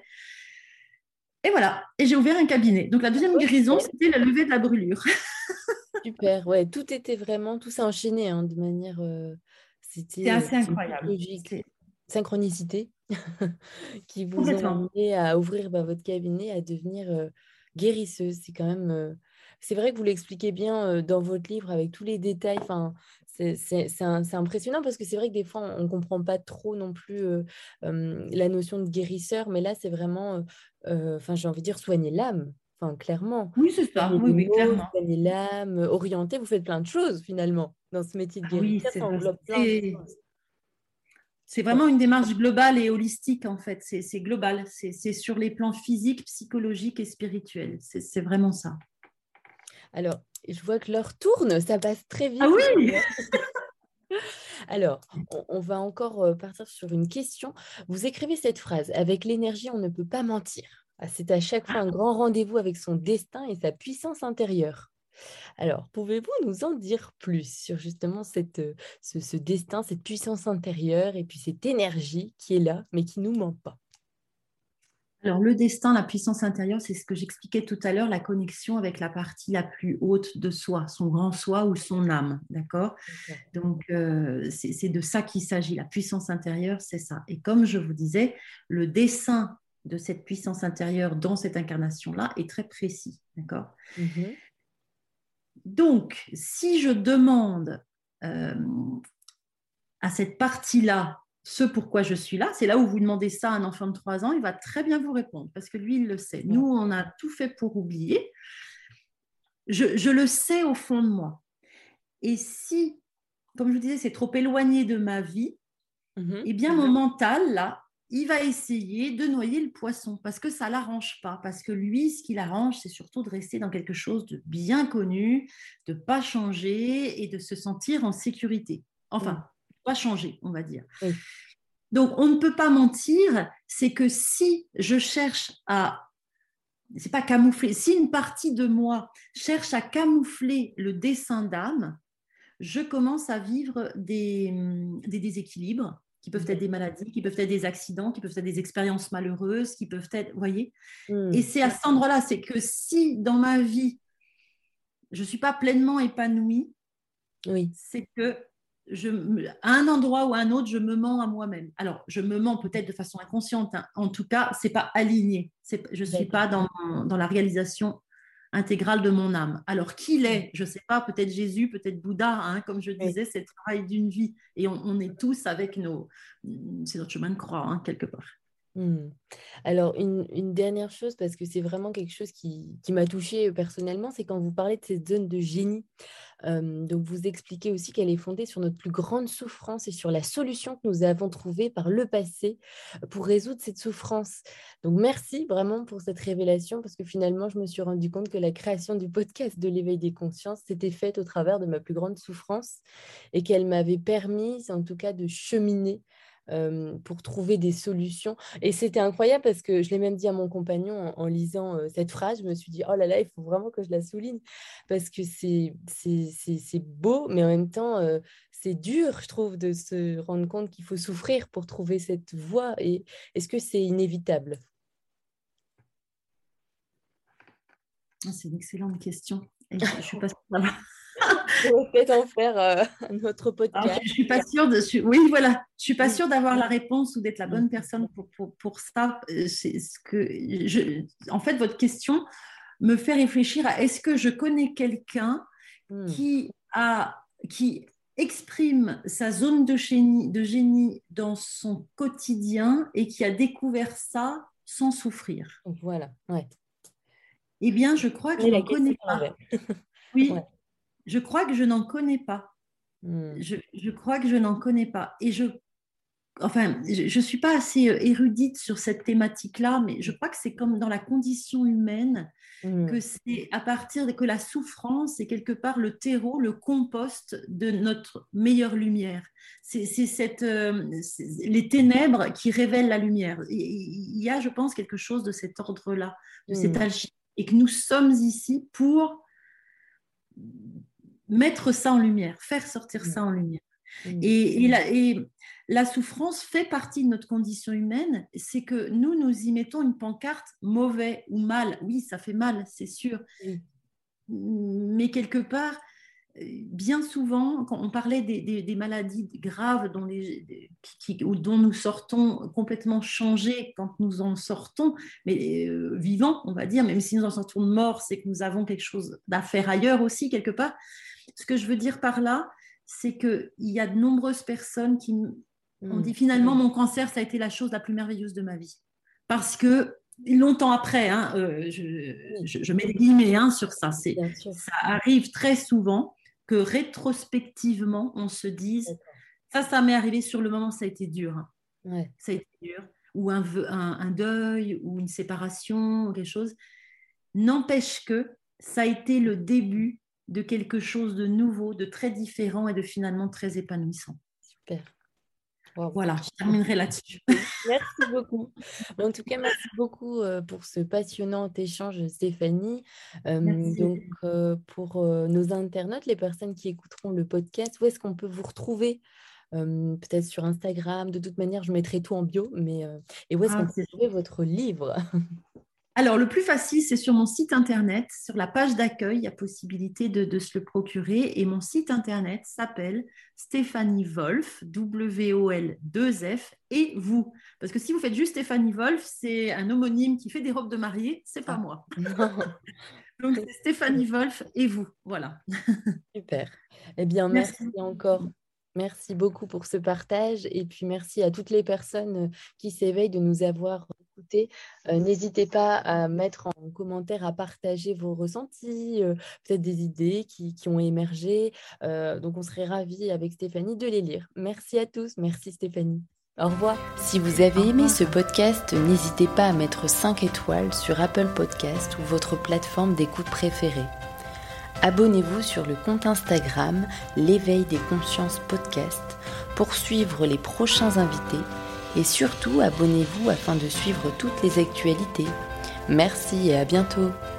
Et voilà, et j'ai ouvert un cabinet. Donc la deuxième guérison, c'était la levée de la brûlure. Super, ouais, tout était vraiment, tout s'est enchaîné hein, de manière, euh, C'est c'était euh, assez une incroyable. logique, C'est synchronicité qui vous ont complètement. amené à ouvrir bah, votre cabinet, à devenir euh, guérisseuse. C'est quand même, euh, c'est vrai que vous l'expliquez bien euh, dans votre livre avec tous les détails. Enfin, c'est c'est- c'est un- c'est impressionnant parce que c'est vrai que des fois on ne comprend pas trop non plus euh, euh, la notion de guérisseur, mais là c'est vraiment, euh, euh, enfin j'ai envie de dire soigner l'âme. Enfin, clairement, Oui, c'est ça. soigner Oui, les oui, mots, clairement. soigner l'âme, orienter, vous faites plein de choses finalement dans ce métier de Ah oui, guérisseur, c'est ça englobe plein de c'est- choses. c'est Ouais. vraiment une démarche globale et holistique, en fait. C'est c'est global. C'est c'est sur les plans physiques, psychologiques et spirituels. C'est c'est vraiment ça. Alors, je vois que l'heure tourne, ça passe très Ah vite. oui! Alors, on, on va encore euh, partir sur une question. Vous écrivez cette phrase, avec l'énergie, on ne peut pas mentir. Ah, c'est à chaque fois un grand rendez-vous avec son destin et sa puissance intérieure. Alors, pouvez-vous nous en dire plus sur justement cette, euh, ce, ce destin, cette puissance intérieure et puis cette énergie qui est là, mais qui ne nous ment pas? Alors, le destin, la puissance intérieure, c'est ce que j'expliquais tout à l'heure, la connexion avec la partie la plus haute de soi, son grand soi ou son âme, d'accord? D'accord. Donc, euh, c'est c'est de ça qu'il s'agit. La puissance intérieure, c'est ça. Et comme je vous disais, le dessin de cette puissance intérieure dans cette incarnation-là est très précis, d'accord? Mhm. Donc, si je demande euh, à cette partie-là ce pourquoi je suis là, c'est là où vous demandez ça à un enfant de trois ans, il va très bien vous répondre parce que lui, il le sait. Nous, Ouais. on a tout fait pour oublier. Je, je le sais au fond de moi. Et si, comme je vous disais, c'est trop éloigné de ma vie, Mhm. eh bien, mon mental, là, il va essayer de noyer le poisson parce que ça ne l'arrange pas. Parce que lui, ce qui l'arrange, c'est surtout de rester dans quelque chose de bien connu, de ne pas changer et de se sentir en sécurité. Mhm. Enfin, pas changer, on va dire. Oui. Donc, on ne peut pas mentir, c'est que si je cherche à, c'est pas camoufler, si une partie de moi cherche à camoufler le dessin d'âme, je commence à vivre des, des déséquilibres qui peuvent être des maladies, qui peuvent être des accidents, qui peuvent être des expériences malheureuses, qui peuvent être, vous voyez. Et Mhm. c'est à cet endroit-là, c'est que si dans ma vie, je ne suis pas pleinement épanouie, Oui. c'est que je, à un endroit ou à un autre, je me mens à moi-même. Alors, je me mens peut-être de façon inconsciente. Hein. En tout cas, c'est pas aligné. C'est, je ne suis D'accord. pas dans, dans la réalisation intégrale de mon âme. Alors, qui l'est? Je ne sais pas, peut-être Jésus, peut-être Bouddha. Hein, comme je Oui. disais, c'est le travail d'une vie. Et on, on est tous avec nos... C'est notre chemin de croix, hein, quelque part. Hmm. Alors, une, une dernière chose, parce que c'est vraiment quelque chose qui, qui m'a touchée euh, personnellement, c'est quand vous parlez de cette zone de génie. Euh, donc, vous expliquez aussi qu'elle est fondée sur notre plus grande souffrance et sur la solution que nous avons trouvée par le passé euh, pour résoudre cette souffrance. Donc, merci vraiment pour cette révélation, parce que finalement, je me suis rendu compte que la création du podcast de l'éveil des consciences s'était faite au travers de ma plus grande souffrance et qu'elle m'avait permis, en tout cas, de cheminer euh, pour trouver des solutions. Et c'était incroyable parce que je l'ai même dit à mon compagnon en, en lisant euh, cette phrase, je me suis dit, oh là là, il faut vraiment que je la souligne parce que c'est c'est- c'est- c'est beau, mais en même temps, euh, c'est dur, je trouve, de se rendre compte qu'il faut souffrir pour trouver cette voie. Et est-ce que c'est inévitable? Ah, c'est une excellente question. Et je ne suis pas sûre d'avoir On va peut-être en faire euh, un autre Alors, podcast. je, je suis pas sûre de. je- oui, voilà. Je suis pas Mm. sûre d'avoir la réponse ou d'être la Mm. bonne personne pour, pour, pour ça. Euh, C'est ce que je, en fait, votre question me fait réfléchir à est-ce que je connais quelqu'un Mm. qui a qui exprime sa zone de génie, de génie dans son quotidien et qui a découvert ça sans souffrir. Voilà, ouais. Eh bien, je crois que je Mais la n'en question connais à pas. l'envers. Ouais. Oui, je crois que je n'en connais pas. Mm. Je, je crois que je n'en connais pas. Et je enfin, je ne suis pas assez euh, érudite sur cette thématique-là, mais je crois que c'est comme dans la condition humaine, que Mm. c'est à partir de que la souffrance est quelque part le terreau, le compost de notre meilleure lumière. C'est cette, euh, les ténèbres qui révèlent la lumière. Il y a, je pense, quelque chose de cet ordre-là, de cette Mm. alchimie, et que nous sommes ici pour mettre ça en lumière, faire sortir Mmh. ça en lumière. Mmh. Et, et, la, et la souffrance fait partie de notre condition humaine, c'est que nous, nous y mettons une pancarte mauvais ou mal. Oui, ça fait mal, c'est sûr. Oui. Mais quelque part, bien souvent, quand on parlait des, des, des maladies graves dont, les, des, qui, ou dont nous sortons complètement changés quand nous en sortons, mais euh, vivants, on va dire, même si nous en sortons morts, c'est que nous avons quelque chose à faire ailleurs aussi, quelque part. Ce que je veux dire par là, c'est qu'il y a de nombreuses personnes qui ont dit finalement, mon cancer, ça a été la chose la plus merveilleuse de ma vie. Parce que longtemps après, hein, euh, je, je, je mets des guillemets hein, sur ça, c'est, ça arrive très souvent que rétrospectivement, on se dise, ça, ça m'est arrivé sur le moment, ça a été dur. Hein. Ouais. Ça a été dur. Ou un, un, un deuil, ou une séparation, ou quelque chose. N'empêche que ça a été le début de quelque chose de nouveau, de très différent et de finalement très épanouissant. Super. Wow. Voilà, je terminerai là-dessus. Merci beaucoup. En tout cas, merci beaucoup euh, pour ce passionnant échange, Stéphanie. Euh, donc, euh, pour euh, nos internautes, les personnes qui écouteront le podcast, où est-ce qu'on peut vous retrouver euh, peut-être sur Instagram. De toute manière, je mettrai tout en bio. Mais, euh, et où est-ce ah, qu'on peut trouver votre livre? Alors, le plus facile, c'est sur mon site internet. Sur la page d'accueil, il y a possibilité de, de se le procurer. Et mon site internet s'appelle Stéphanie Wolf, W O L deux F, et vous. Parce que si vous faites juste Stéphanie Wolf, c'est un homonyme qui fait des robes de mariée, c'est pas ah. moi. Donc, c'est Stéphanie Wolf et vous. Voilà. Super. Eh bien, merci, merci encore. Merci beaucoup pour ce partage et puis merci à toutes les personnes qui s'éveillent de nous avoir écoutés. Euh, n'hésitez pas à mettre en commentaire, à partager vos ressentis, euh, peut-être des idées qui, qui ont émergé. Euh, donc, on serait ravis avec Stéphanie de les lire. Merci à tous. Merci Stéphanie. Au revoir. Si vous avez aimé ce podcast, n'hésitez pas à mettre cinq étoiles sur Apple Podcast ou votre plateforme d'écoute préférée. Abonnez-vous sur le compte Instagram L'éveil des consciences podcast pour suivre les prochains invités et surtout abonnez-vous afin de suivre toutes les actualités. Merci et à bientôt.